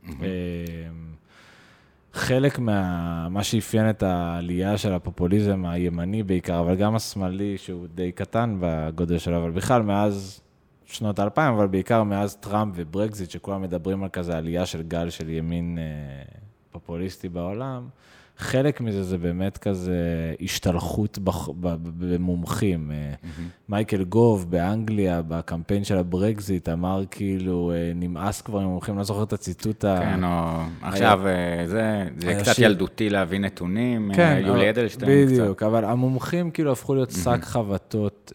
חלק מה שאפיין את העלייה של הפופוליזם הימני בעיקר, אבל גם השמאלי, שהוא די קטן בגודל שלו, אבל בכלל מאז שנות האלפיים, אבל בעיקר מאז טראמפ וברקזיט, שכולם מדברים על כזה עלייה של גל של ימין פופוליסטי בעולם, חלק מזה זה באמת כזה השתלחות במומחים. מייקל גוב באנגליה, בקמפיין של הברקזיט, אמר כאילו, נמאס כבר עם מומחים, לא זוכר את הציטוט ה... כן, או עכשיו זה קצת ילדותי להביא נתונים, יולי אדלשטיין קצת. בדיוק, אבל המומחים כאילו הפכו להיות שק חבטות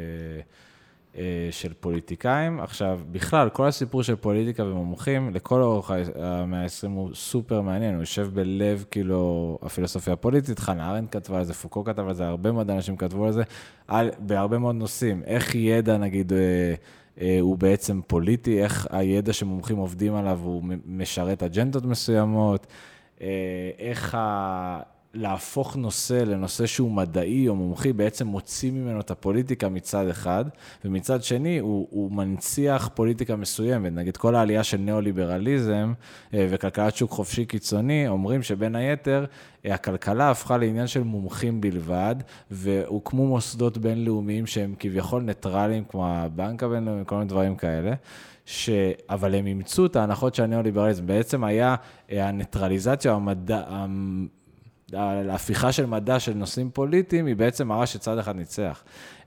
של פוליטיקאים. עכשיו, בכלל, כל הסיפור של פוליטיקה ומומחים, לכל אורך המאה ה-עשרים הוא סופר מעניין, הוא יושב בלב, כאילו, הפילוסופיה הפוליטית, חנה ארנדט כתבה על זה, פוקו כתב על זה, הרבה מאוד אנשים כתבו על זה, על, בהרבה מאוד נושאים, איך ידע, נגיד, אה, אה, הוא בעצם פוליטי, איך הידע שמומחים עובדים עליו, הוא משרת אג'נדות מסוימות, אה, איך ה... להפוך נושא לנושא שהוא מדעי או מומחי, בעצם מוציא ממנו את הפוליטיקה מצד אחד, ומצד שני הוא, הוא מנציח פוליטיקה מסוימת. נגיד כל העלייה של ניאו-ליברליזם וכלכלת שוק חופשי קיצוני, אומרים שבין היתר הכלכלה הפכה לעניין של מומחים בלבד, והוקמו מוסדות בינלאומיים שהם כביכול ניטרליים, כמו הבנק הבינלאומי, כל מיני דברים כאלה. ש... אבל הם אימצו את ההנחות של הניאו-ליברליזם. בעצם היה הניטרליזציה, המדע... ההפיכה של מדע של נושאים פוליטיים, היא בעצם מראה שצד אחד ניצח.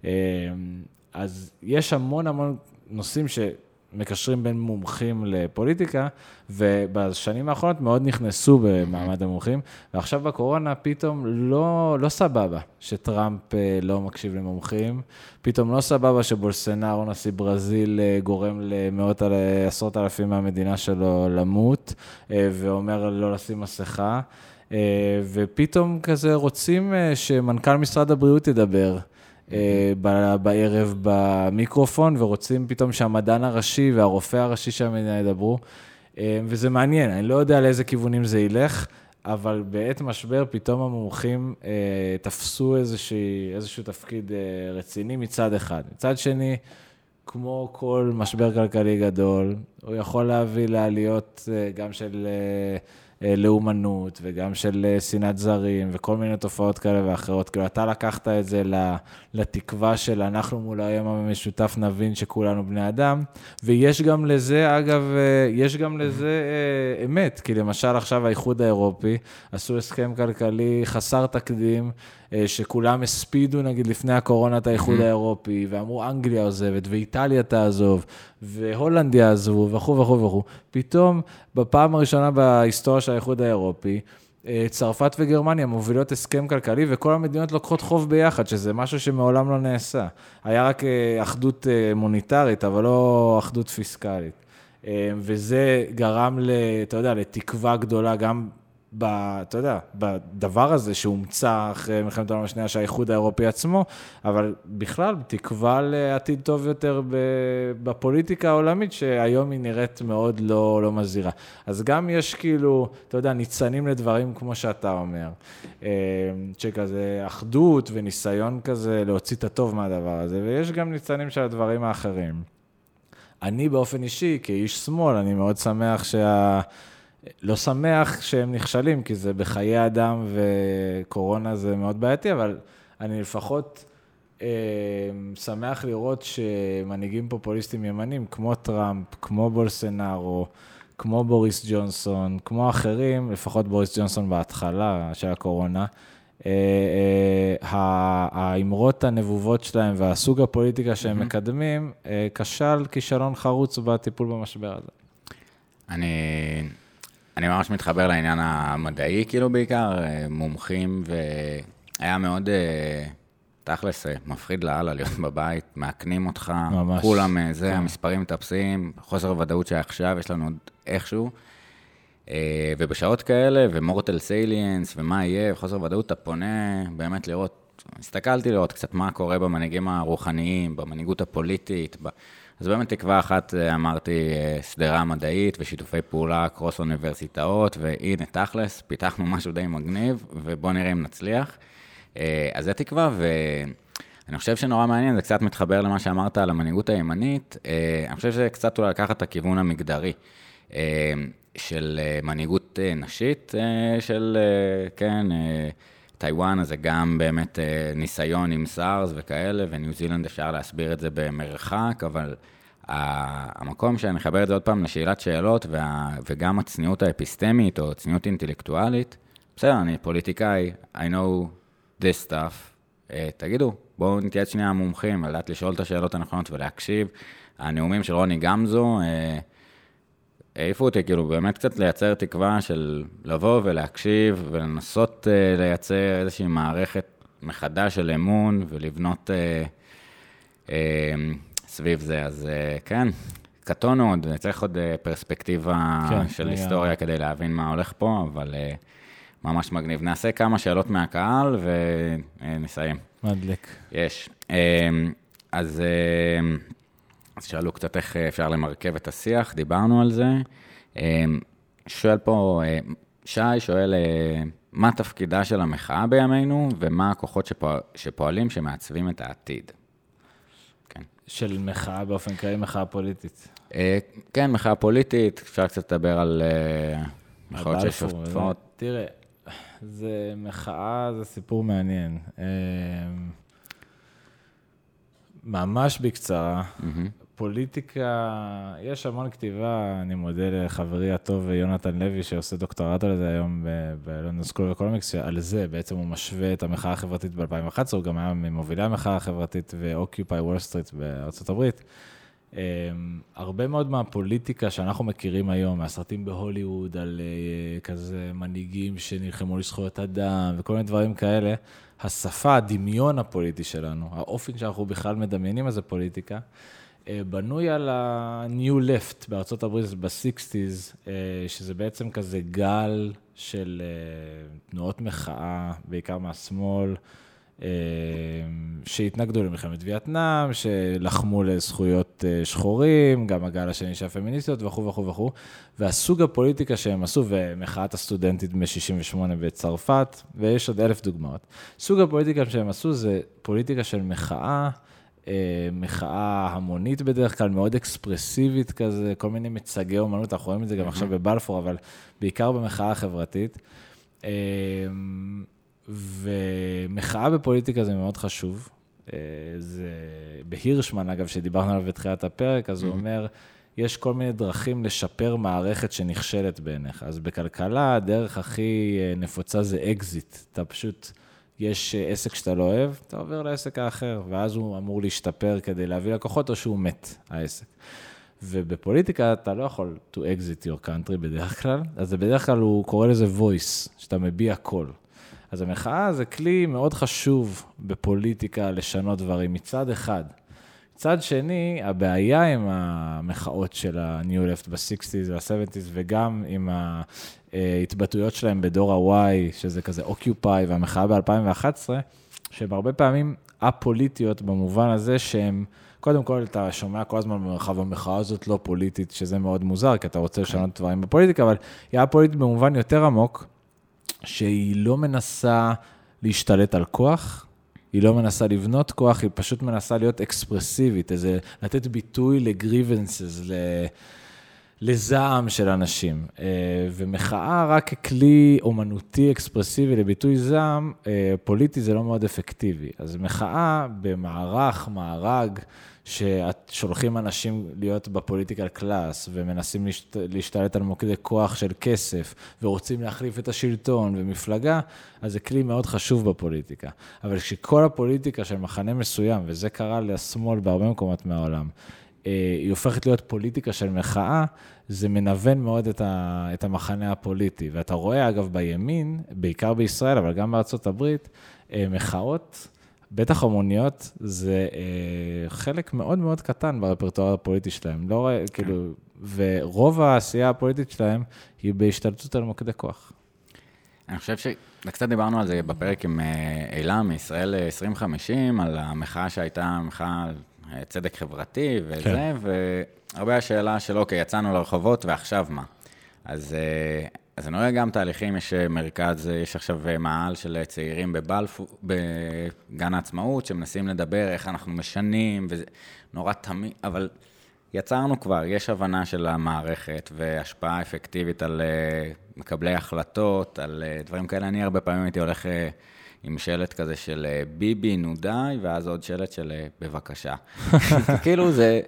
אז יש המון המון נושאים שמקשרים בין מומחים לפוליטיקה, ובשנים האחרונות מאוד נכנסו במעמד המומחים, ועכשיו בקורונה פתאום לא, לא סבבה שטראמפ לא מקשיב למומחים, פתאום לא סבבה שבולסונארו, נשיא ברזיל, גורם למאות על עשרות אלפים מהמדינה שלו למות, ואומר לא לשים מסכה, ופתאום כזה רוצים שמנכ"ל משרד הבריאות ידבר בערב במיקרופון, ורוצים פתאום שהמדען הראשי והרופא הראשי של המדינה ידברו, וזה מעניין, אני לא יודע לאיזה כיוונים זה ילך, אבל בעת משבר פתאום המומחים תפסו איזשהו תפקיד רציני מצד אחד. מצד שני, כמו כל משבר כלכלי גדול, הוא יכול להביא לעליות גם של לאומנות, וגם של שנאת זרים, וכל מיני תופעות כאלה ואחרות. כאילו, אתה לקחת את זה לתקווה של אנחנו מול היום המשותף נבין שכולנו בני אדם, ויש גם לזה, אגב, יש גם לזה אמת, כי למשל עכשיו האיחוד האירופי, עשו הסכם כלכלי חסר תקדים, שכולם הספידו, נגיד, לפני הקורונה את האיחוד האירופי, ואמרו, אנגליה עוזבת, ואיטליה תעזוב, והולנד יעזבו, וכו' וכו' וכו'. פתאום, בפעם הראשונה בהיסטוריה של האיחוד האירופי, צרפת וגרמניה מובילות הסכם כלכלי, וכל המדינות לוקחות חוב ביחד, שזה משהו שמעולם לא נעשה. היה רק אחדות מוניטרית, אבל לא אחדות פיסקלית. וזה גרם, אתה יודע, לתקווה גדולה גם ב, אתה יודע, בדבר הזה שהומצא אחרי מלחמת העולם השנייה שהאיחוד האירופי עצמו, אבל בכלל תקווה לעתיד טוב יותר בפוליטיקה העולמית, שהיום היא נראית מאוד לא, לא מזהירה. אז גם יש כאילו, אתה יודע, ניצנים לדברים כמו שאתה אומר, שכזה אחדות וניסיון כזה להוציא את הטוב מהדבר הזה, ויש גם ניצנים של הדברים האחרים. אני באופן אישי, כאיש שמאל, אני מאוד שמח שה... לא שמח שהם נכשלים, כי זה בחיי אדם וקורונה זה מאוד בעייתי, אבל אני לפחות אה, שמח לראות שמנהיגים פופוליסטים ימנים, כמו טראמפ, כמו בולסונארו, כמו בוריס ג'ונסון, כמו אחרים, לפחות בוריס ג'ונסון בהתחלה של הקורונה, אה, אה, האמרות הנבובות שלהם והסוג הפוליטיקה שהם mm-hmm. מקדמים, אה, כשל כישלון חרוץ בטיפול במשבר הזה. אני... אני ממש מתחבר לעניין המדעי, כאילו בעיקר, מומחים, והיה מאוד תכלס, מפחיד לאללה להיות בבית, מעקנים אותך, ממש. כולם זה, כן. המספרים מטפסים, חוסר ודאות שעכשיו יש לנו עוד איכשהו, ובשעות כאלה, ומורטל סייליאנס, ומה יהיה, וחוסר ודאות, אתה פונה באמת לראות, הסתכלתי לראות קצת מה קורה במנהיגים הרוחניים, במנהיגות הפוליטית, ב... אז באמת תקווה אחת, אמרתי, סדרה מדעית ושיתופי פעולה, קרוס אוניברסיטאות, והנה תכלס, פיתחנו משהו די מגניב, ובוא נראה אם נצליח. אז זה תקווה, ואני חושב שנורא מעניין, זה קצת מתחבר למה שאמרת על המנהיגות הימנית, אני חושב שזה קצת אולי לקחת את הכיוון המגדרי, של מנהיגות נשית, של, כן, טיואן, אז זה גם באמת ניסיון עם סארס וכאלה, וניו זילנד אפשר להסביר את זה במרחק, אבל המקום שאני מחבר את זה עוד פעם לשאלת שאלות, וגם הצניעות האפיסטמית או הצניעות אינטלקטואלית, בסדר, אני פוליטיקאי, I know this stuff, uh, תגידו, בואו נתייעץ שנייה המומחים, לדעת לשאול את השאלות הנכונות ולהקשיב. הנאומים של רוני גמזו, uh, העיפו אותי, כאילו, באמת קצת לייצר תקווה של לבוא ולהקשיב, ולנסות uh, לייצר איזושהי מערכת מחדש של אמון, ולבנות uh, uh, סביב זה. אז uh, כן, קטון עוד, צריך עוד uh, פרספקטיבה כן, של היסטוריה כדי להבין מה הולך פה, אבל uh, ממש מגניב. נעשה כמה שאלות מהקהל ונסיים. מדלק. יש. Uh, אז... Uh, אז שאלו קצת איך אפשר למרכב את השיח, דיברנו על זה. שואל פה, שי שואל, מה תפקידה של המחאה בימינו, ומה הכוחות שפועל, שפועלים שמעצבים את העתיד? כן. של מחאה באופן כללי, מחאה פוליטית. כן, מחאה פוליטית, אפשר קצת לדבר על מחאות ששותפות. תראה, זה מחאה, זה סיפור מעניין. ממש בקצרה. פוליטיקה, יש המון כתיבה, אני מודה לחברי הטוב יונתן לוי, שעושה דוקטורט על זה היום בלונדון סקול אוף אקונומיקס, על זה בעצם הוא משווה את המחאה החברתית ב-אלפיים ואחת עשרה, הוא גם היה ממובילי המחאה החברתית ו-Occupy Wall Street בארצות הברית. הרבה מאוד מהפוליטיקה שאנחנו מכירים היום, מהסרטים בהוליווד, על כזה מנהיגים שנלחמו לזכויות אדם וכל מיני דברים כאלה, השפה, הדמיון הפוליטי שלנו, האופן שאנחנו בכלל מדמיינים איזה פוליטיקה, בנוי על ה-New Left בארצות הברית ב-סיקסטיז, שזה בעצם כזה גל של תנועות מחאה, בעיקר מהשמאל, שהתנגדו למלחמת וייטנאם, שלחמו לזכויות שחורים, גם הגל השני של הפמיניסטיות וכו' וכו' וכו'. והסוג הפוליטיקה שהם עשו, ומחאת הסטודנטית ב-שישים ושמונה בצרפת, ויש עוד אלף דוגמאות. סוג הפוליטיקה שהם עשו זה פוליטיקה של מחאה, מחאה המונית בדרך כלל, מאוד אקספרסיבית כזה, כל מיני מצגי אומנות, אנחנו רואים את זה גם עכשיו בבלפור, אבל בעיקר במחאה החברתית. ומחאה בפוליטיקה זה מאוד חשוב. זה בהירשמן, אגב, שדיברנו עליו בתחילת הפרק, אז הוא אומר, יש כל מיני דרכים לשפר מערכת שנכשלת בעיניך. אז בכלכלה, הדרך הכי נפוצה זה אקזיט. אתה פשוט... יש עסק שאתה לא אוהב, אתה עובר לעסק האחר, ואז הוא אמור להשתפר כדי להביא לקוחות, או שהוא מת, העסק. ובפוליטיקה אתה לא יכול to exit your country בדרך כלל, אז בדרך כלל הוא קורא לזה voice, שאתה מביע קול. אז המחאה זה כלי מאוד חשוב בפוליטיקה לשנות דברים, מצד אחד. מצד שני, הבעיה עם המחאות של ה-New Left ב-סיקסטיז וה-סבנטיז, וגם עם ההתבטאויות שלהם בדור ה-Y, שזה כזה Occupy, והמחאה ב-אלפיים ואחת עשרה, שהן הרבה פעמים א-פוליטיות במובן הזה שהן, קודם כל אתה שומע כל הזמן במרחב, המחאה הזאת לא פוליטית, שזה מאוד מוזר, כי אתה רוצה לשנות דברים בפוליטיקה, אבל היא א-פוליטית במובן יותר עמוק, שהיא לא מנסה להשתלט על כוח, היא לא מנסה לבנות כוח, היא פשוט מנסה להיות אקספרסיבית, איזה, לתת ביטוי לגריבנסס, לזעם של אנשים. ומחאה רק ככלי אומנותי אקספרסיבי לביטוי זעם, פוליטי זה לא מאוד אפקטיבי. אז מחאה במערך, מארג, ששולחים אנשים להיות בפוליטיקל קלאס, ומנסים להשתלט על מוקדי כוח של כסף, ורוצים להחליף את השלטון ומפלגה, אז זה כלי מאוד חשוב בפוליטיקה. אבל כשכל הפוליטיקה של מחנה מסוים, וזה קרה לשמאל בהרבה מקומות מהעולם, היא הופכת להיות פוליטיקה של מחאה, זה מנוון מאוד את, ה, את המחנה הפוליטי. ואתה רואה, אגב, בימין, בעיקר בישראל, אבל גם בארצות הברית, מחאות, בטח המוניות, זה חלק מאוד מאוד קטן ברפרטואר הפוליטי שלהם. לא רואה, כאילו, ורוב העשייה הפוליטית שלהם היא בהשתלטות על מוקדי כוח. אני חושב שקצת דיברנו על זה בפרק עם אלה מישראל עשרים חמישים, על המחאה שהייתה מחאה צדק חברתי וזה, כן. והרבה השאלה של אוקיי, יצאנו לרחובות ועכשיו מה? אז, אז אני רואה גם תהליכים, יש מרכז, יש עכשיו מעל של צעירים בבלפור, בגן העצמאות, שמנסים לדבר איך אנחנו משנים, וזה נורא תמיד, אבל יצרנו כבר, יש הבנה של המערכת והשפעה אפקטיבית על מקבלי החלטות, על דברים כאלה. אני הרבה פעמים הייתי הולך עם שלט כזה של ביבי, נו די, ואז עוד שלט של בבקשה. כאילו זה,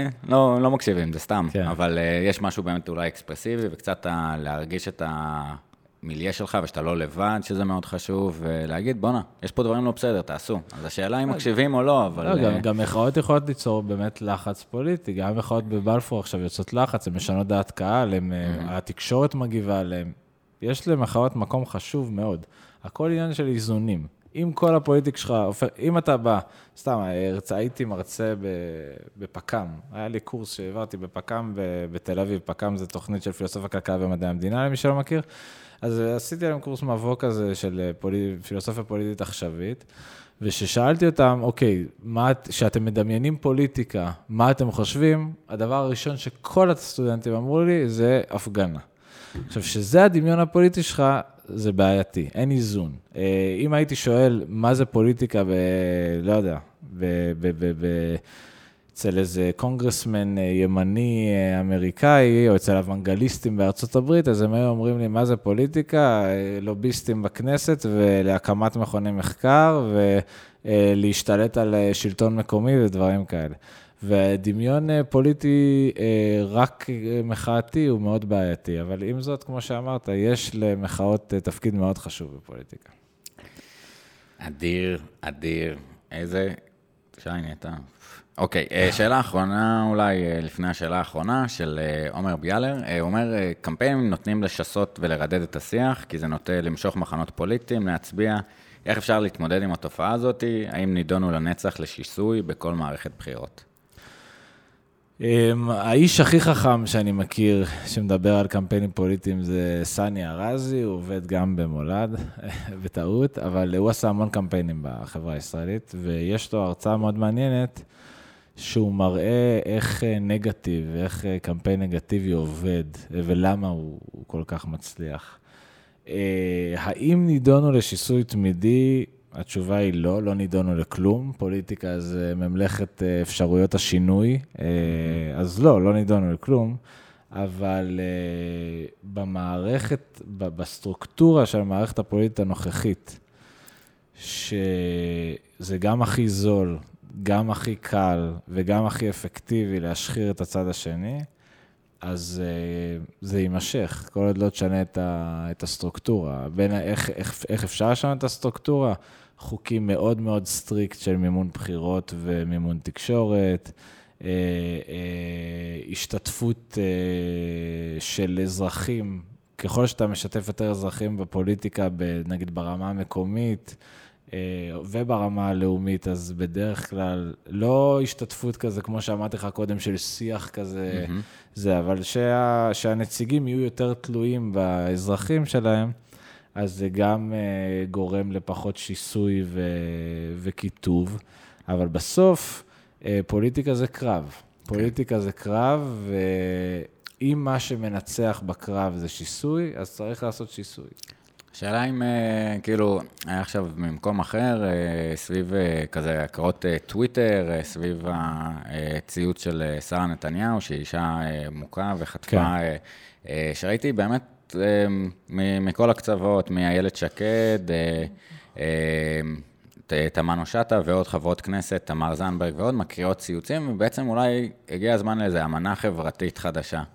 לא, לא מקשיבים, זה סתם, כן. אבל יש משהו באמת אולי אקספרסיבי, וקצת להרגיש את במיליה שלך, ושאתה לא לבד, שזה מאוד חשוב, ולהגיד, בונה, יש פה דברים לא בסדר, תעשו. אז השאלה אם מקשיבים או לא, אבל... לא, גם, גם מחאות יכולות ליצור באמת לחץ פוליטי, גם מחאות בבלפור עכשיו יוצאות לחץ, הן משנות דעת קהל, הם, mm-hmm. התקשורת מגיבה עליהם. יש למחאות מקום חשוב מאוד. הכל עניין של איזונים. אם כל הפוליטיק שלך, אם אתה בא, סתם, הייתי מרצה בפק"ם, היה לי קורס שהעברתי בפק"ם בתל אביב, פק"ם זה תוכנית של פילוסופיה, כלכלה ומדעי המדינה, למי שלא מכיר, אז עשיתי להם קורס מבוא כזה של פילוסופיה פוליטית עכשווית, וששאלתי אותם, אוקיי, שאתם מדמיינים פוליטיקה, מה אתם חושבים? הדבר הראשון שכל הסטודנטים אמרו לי, זה הפגנה. עכשיו, שזה הדמיון הפוליטי שלך, זה בעייתי, אין איזון. אם הייתי שואל מה זה פוליטיקה ב... לא יודע, ב... ב... ב... ב... אצל איזה קונגרסמן ימני אמריקאי, או אצל אוונגליסטים בארצות הברית, אז הם היו אומרים לי, מה זה פוליטיקה? לוביסטים בכנסת, ולהקמת מכוני מחקר, ולהשתלט על שלטון מקומי ודברים כאלה. והדמיון פוליטי רק מחאתי הוא מאוד בעייתי, אבל עם זאת, כמו שאמרת, יש למחאות תפקיד מאוד חשוב בפוליטיקה. אדיר, אדיר. איזה... שייני, אתה... אוקיי, שאלה האחרונה, אולי לפני השאלה האחרונה, של עומר ביאלר. הוא אומר, קמפיינים נותנים לשסות ולרדד את השיח, כי זה נוטה למשוך מחנות פוליטיים, להצביע. איך אפשר להתמודד עם התופעה הזאת? האם נידונו לנצח לשיסוי בכל מערכת בחירות? האיש הכי חכם שאני מכיר שמדבר על קמפיינים פוליטיים זה סני ארזי, הוא עובד גם במולד, בטעות, אבל הוא עשה המון קמפיינים בחברה הישראלית, ויש לו הרצאה מאוד מעניינת, שהוא מראה איך נגטיב, איך קמפיין נגטיבי עובד, ולמה הוא, הוא כל כך מצליח. האם נידונו לשיסוי תמידי? התשובה היא לא, לא נידונו לכלום. פוליטיקה זה ממלכת אפשרויות השינוי, אז לא, לא נידונו לכלום, אבל במערכת, בסטרוקטורה של המערכת הפוליטית הנוכחית, שזה גם הכי זול, גם הכי קל וגם הכי אפקטיבי להשחיר את הצד השני, אז זה יימשך, כל עוד לא תשנה את, ה, את הסטרוקטורה. בין איך, איך, איך אפשר לשנות את הסטרוקטורה? חוקים מאוד מאוד סטריקט של מימון בחירות ומימון תקשורת, אה, אה, השתתפות אה, של אזרחים, ככל שאתה משתף יותר אזרחים בפוליטיקה, נגיד ברמה המקומית, וברמה הלאומית, אז בדרך כלל לא השתתפות כזה, כמו שאמרתי לך קודם, של שיח כזה, mm-hmm. זה, אבל שה, שהנציגים יהיו יותר תלויים באזרחים שלהם, אז זה גם uh, גורם לפחות שיסוי ו, וכיתוב, אבל בסוף uh, פוליטיקה זה קרב. Okay. פוליטיקה זה קרב, ואם מה שמנצח בקרב זה שיסוי, אז צריך לעשות שיסוי. שאלה אם, כאילו, היה עכשיו ממקום אחר, סביב כזה הקראות טוויטר, סביב הציוץ של שרה נתניהו, שהיא אישה מוכה וחטפה, כן. שראיתי באמת מכל הקצוות, מאיילת שקד, תמנו שטה ועוד חברות כנסת, תמר זנדברג ועוד, מקריאות ציוצים, ובעצם אולי הגיע הזמן לאיזו אמנה חברתית חדשה.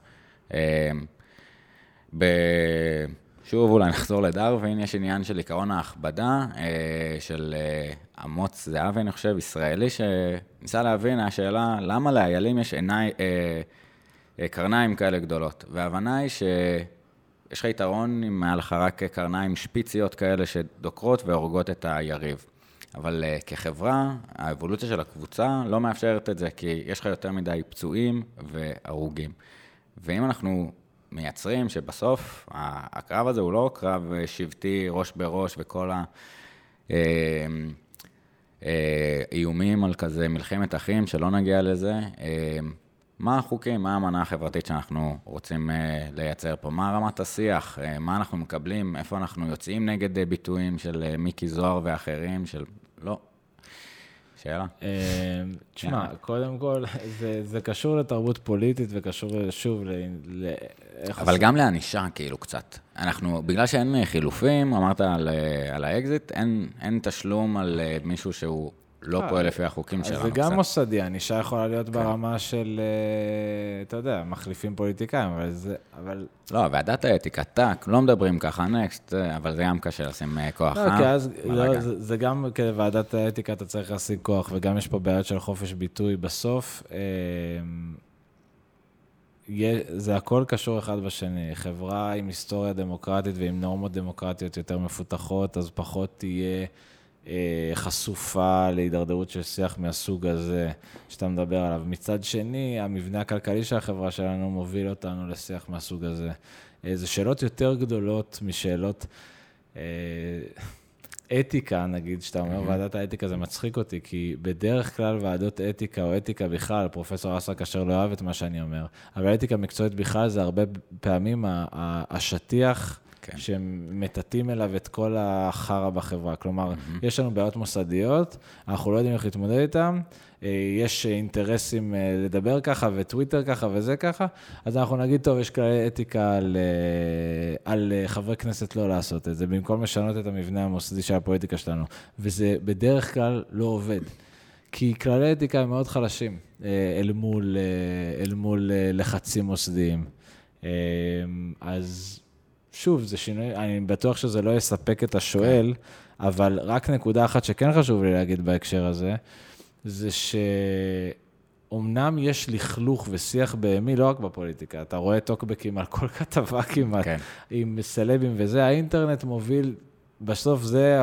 ב... שוב, אולי נחזור לדרווין, יש עניין של עיקרון ההכבדה, של עמוץ זהבי, אני חושב, ישראלי, שניסה להבין, השאלה, למה לאיילים יש עיני, קרניים כאלה גדולות? וההבנה היא שיש לך יתרון עם מעל לך רק קרניים שפיציות כאלה שדוקרות והורגות את היריב. אבל כחברה, האבולוציה של הקבוצה לא מאפשרת את זה, כי יש לך יותר מדי פצועים והרוגים. ואם אנחנו מייצרים שבסוף הקרב הזה הוא לא קרב שבטי ראש בראש וכל האיומים על כזה מלחמת אחים שלא נגיע לזה, מה החוקים, מה האמנה החברתית שאנחנו רוצים לייצר פה, מה רמת השיח, מה אנחנו מקבלים, איפה אנחנו יוצאים נגד ביטויים של מיקי זוהר ואחרים, של לא. שאלה. תשמע, קודם כל, זה קשור לתרבות פוליטית וקשור שוב ל... אבל גם לאנישה, כאילו, קצת. אנחנו, בגלל שאין חילופים, אמרת על האקזיט, אין תשלום על מישהו שהוא לא פועל לפי החוקים שלנו. זה גם מוסדי, הנישה יכולה להיות ברמה של, אתה יודע, מחליפים פוליטיקאים, אבל זה, אבל... לא, ועדת האתיקה, טק, לא מדברים ככה, נקסט, אבל זה גם קשה לשים כוח. לא, כי אז, זה גם כוועדת האתיקה אתה צריך להשיג כוח, וגם יש פה בעיות של חופש ביטוי בסוף. זה הכל קשור אחד בשני. חברה עם היסטוריה דמוקרטית ועם נורמות דמוקרטיות יותר מפותחות, אז פחות תהיה חשופה להידרדרות של שיח מהסוג הזה שאתה מדבר עליו. מצד שני, המבנה הכלכלי של החברה שלנו מוביל אותנו לשיח מהסוג הזה. זה שאלות יותר גדולות משאלות אתיקה, נגיד, שאתה אומר, ועדת האתיקה, זה מצחיק אותי, כי בדרך כלל ועדות אתיקה או אתיקה בכלל, פרופסור אסר כאשר לא אוהב את מה שאני אומר, אבל אתיקה מקצועית בכלל זה הרבה פעמים השטיח כן. שמטטים אליו את כל החרה בחברה. כלומר, mm-hmm. יש לנו בעיות מוסדיות, אנחנו לא יודעים איך להתמודד איתם, יש אינטרסים לדבר ככה וטוויטר ככה וזה ככה, אז אנחנו נגיד, טוב, יש כללי אתיקה על, על חברי כנסת לא לעשות את זה, במקום לשנות את המבנה המוסדי של הפוליטיקה שלנו, וזה בדרך כלל לא עובד. כי כללי אתיקה הם מאוד חלשים אל מול, אל מול לחצים מוסדיים. אז שוב, זה שינוי, אני בטוח שזה לא יספק את השואל, אבל רק נקודה אחת שכן חשוב לי להגיד בהקשר הזה, זה שאומנם יש לכלוך ושיח בהמי, לא רק בפוליטיקה, אתה רואה טוקבקים על כל כתבה כמעט, כן. עם סלבים וזה, האינטרנט מוביל, בסוף זה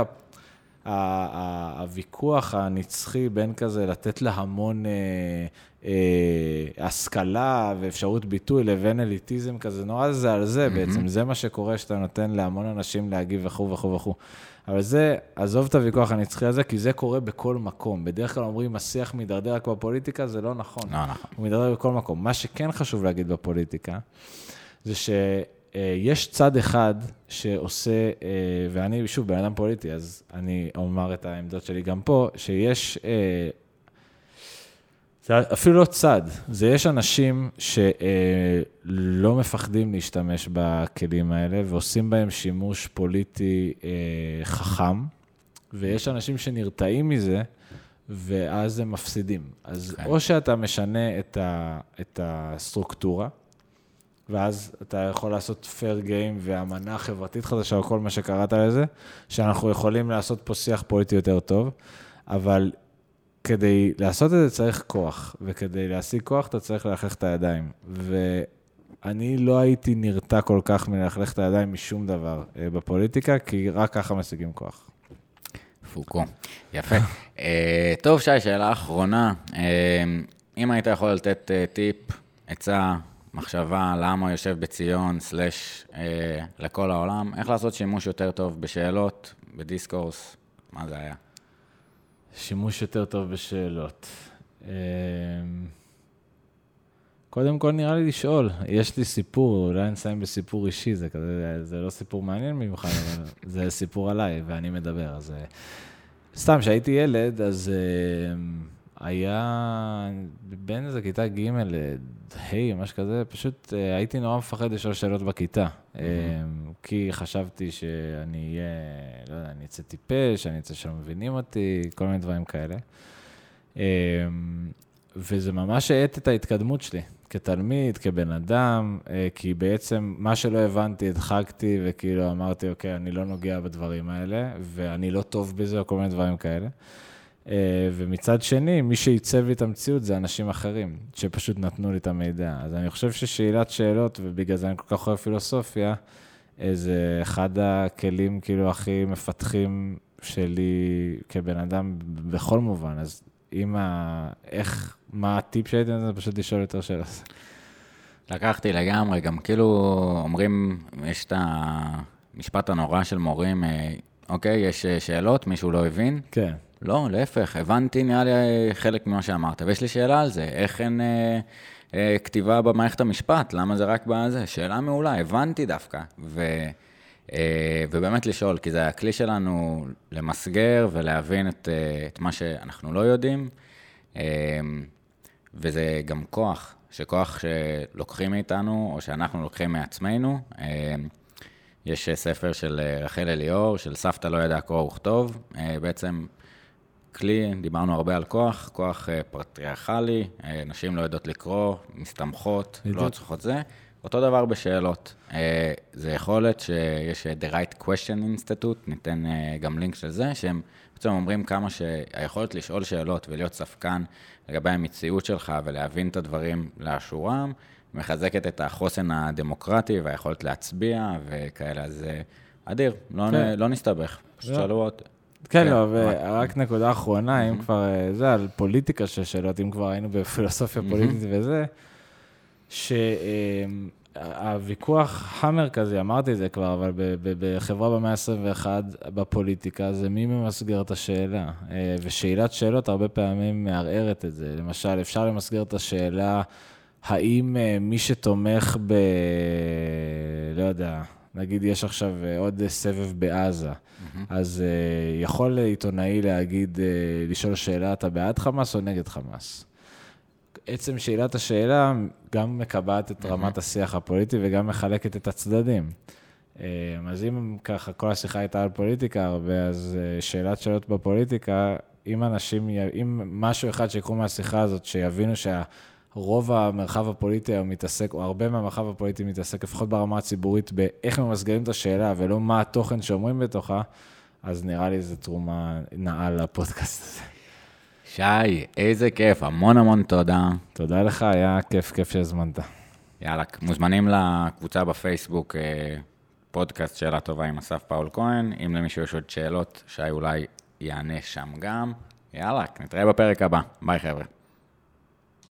הוויכוח הנצחי בין כזה לתת לה המון אה, אה, השכלה ואפשרות ביטוי לבין אליטיזם כזה, נורא זה על זה mm-hmm. בעצם, זה מה שקורה שאתה נותן להמון אנשים להגיב וכו' וכו' וכו'. אבל זה, עזוב את הוויכוח הנצחי הזה, כי זה קורה בכל מקום. בדרך כלל אומרים, השיח מדרדר רק בפוליטיקה, זה לא נכון. לא נכון. הוא מדרדר בכל מקום. מה שכן חשוב להגיד בפוליטיקה, זה ש... יש צד אחד שעושה, ואני שוב בן אדם פוליטי, אז אני אומר את העמדות שלי גם פה, שיש, זה אפילו לא צד, זה יש אנשים שלא מפחדים להשתמש בכלים האלה, ועושים בהם שימוש פוליטי חכם, ויש אנשים שנרתעים מזה, ואז הם מפסידים. אז או שאתה משנה את, ה, את הסטרוקטורה, ואז אתה יכול לעשות fair game והאמנה חברתית חדשה, או כל מה שקראת לזה, שאנחנו יכולים לעשות פה שיח פוליטי יותר טוב, אבל כדי לעשות את זה צריך כוח, וכדי להשיג כוח אתה צריך להלכלך את הידיים, ואני לא הייתי נרתע כל כך מלהלכלך את הידיים משום דבר בפוליטיקה, כי רק ככה משיגים כוח. פוקו, יפה. טוב, שי, שאלה אחרונה, אם היית יכול לתת טיפ, עצה, מחשבה, למה יושב בציון, סלש, אה, לכל העולם, איך לעשות שימוש יותר טוב בשאלות, בדיסקורס, מה זה היה? שימוש יותר טוב בשאלות. אה, קודם כל נראה לי לשאול, יש לי סיפור, אולי נסיים בסיפור אישי, זה כזה, זה לא סיפור מעניין במיוחד, אבל זה סיפור עליי, ואני מדבר, אז סתם, כשהייתי ילד, אז היה בין איזה כיתה ג' היי, משהו כזה, פשוט הייתי נורא מפחד לשאול שאלות בכיתה, כי חשבתי שאני אהיה, לא יודע, אני אצא טיפש, אני אצא שלא מבינים אותי, כל מיני דברים כאלה. וזה ממש העט את ההתקדמות שלי, כתלמיד, כבן אדם, כי בעצם מה שלא הבנתי, הדחקתי, וכאילו אמרתי, אוקיי, אני לא נוגע בדברים האלה, ואני לא טוב בזה, או כל מיני דברים כאלה. ומצד שני, מי שייצב לי את המציאות זה אנשים אחרים, שפשוט נתנו לי את המידע. אז אני חושב ששאלת שאלות, ובגלל זה אני כל כך אוהב פילוסופיה, זה אחד הכלים כאילו הכי מפתחים שלי כבן אדם בכל מובן. אז אם ה... איך, מה הטיפ שהייתי נתן, זה פשוט לשאול יותר שאלות. לקחתי לגמרי, גם כאילו אומרים, יש את המשפט הנורא של מורים, אוקיי, יש שאלות, מישהו לא הבין? כן. לא, להפך, הבנתי נראה לי חלק ממה שאמרת, ויש לי שאלה על זה, איך אין אה, אה, כתיבה במערכת המשפט, למה זה רק בזה? שאלה מעולה, הבנתי דווקא, ו, אה, ובאמת לשאול, כי זה הכלי שלנו למסגר ולהבין את, אה, את מה שאנחנו לא יודעים, אה, וזה גם כוח, שכוח שלוקחים מאיתנו, או שאנחנו לוקחים מעצמנו, אה, יש ספר של רחל אליאור, של סבתא לא ידעה קרוא וכתוב, בעצם כלי, דיברנו הרבה על כוח, כוח פטריארכלי, נשים לא יודעות לקרוא, מסתמכות, לא צריכות זה. אותו דבר בשאלות. זה יכולת שיש The Right Question Institute, ניתן גם לינק של זה, שהם בעצם אומרים כמה שהיכולת לשאול שאלות ולהיות ספקן לגבי המציאות שלך ולהבין את הדברים לאשורם, מחזקת את החוסן הדמוקרטי והיכולת להצביע וכאלה, אז אדיר, לא, כן. לא נסתבך, פשוט שאלו עוד. כן, כן, לא, ורק נקודה אחרונה, אם כבר, זה על פוליטיקה של שאלות, אם כבר היינו בפילוסופיה פוליטית וזה, שהוויכוח המרכזי, אמרתי את זה כבר, אבל בחברה במאה ה-עשרים ואחת, בפוליטיקה, זה מי ממסגר את השאלה, ושאלת שאלות הרבה פעמים מערערת את זה. למשל, אפשר למסגר את השאלה, האם מי שתומך ב... לא יודע, נגיד יש עכשיו עוד סבב בעזה, mm-hmm. אז uh, יכול עיתונאי להגיד, uh, לשאול שאלה, אתה בעד חמאס או נגד חמאס? עצם שאלת השאלה גם מקבעת את mm-hmm. רמת השיח הפוליטי וגם מחלקת את הצדדים. Uh, אז אם ככה כל השיחה הייתה על פוליטיקה הרבה, אז uh, שאלת שאלות בפוליטיקה, אם אנשים, אם משהו אחד שיקחו מהשיחה הזאת, שיבינו שה... רוב המרחב הפוליטי הוא מתעסק, או הרבה מהמרחב הפוליטי מתעסק, לפחות ברמה הציבורית, באיך הם מסגרים את השאלה, ולא מה התוכן שאומרים בתוכה, אז נראה לי זו תרומה נעה לפודקאסט הזה. שי, איזה כיף, המון המון תודה. תודה לך, היה כיף, כיף שהזמנת. יאללה, מוזמנים לקבוצה בפייסבוק, פודקאסט שאלה טובה עם אסף פאול כהן, אם למישהו יש עוד שאלות, שי אולי יענה שם גם. יאללה, נתראה בפרק הבא. ביי חבר'ה.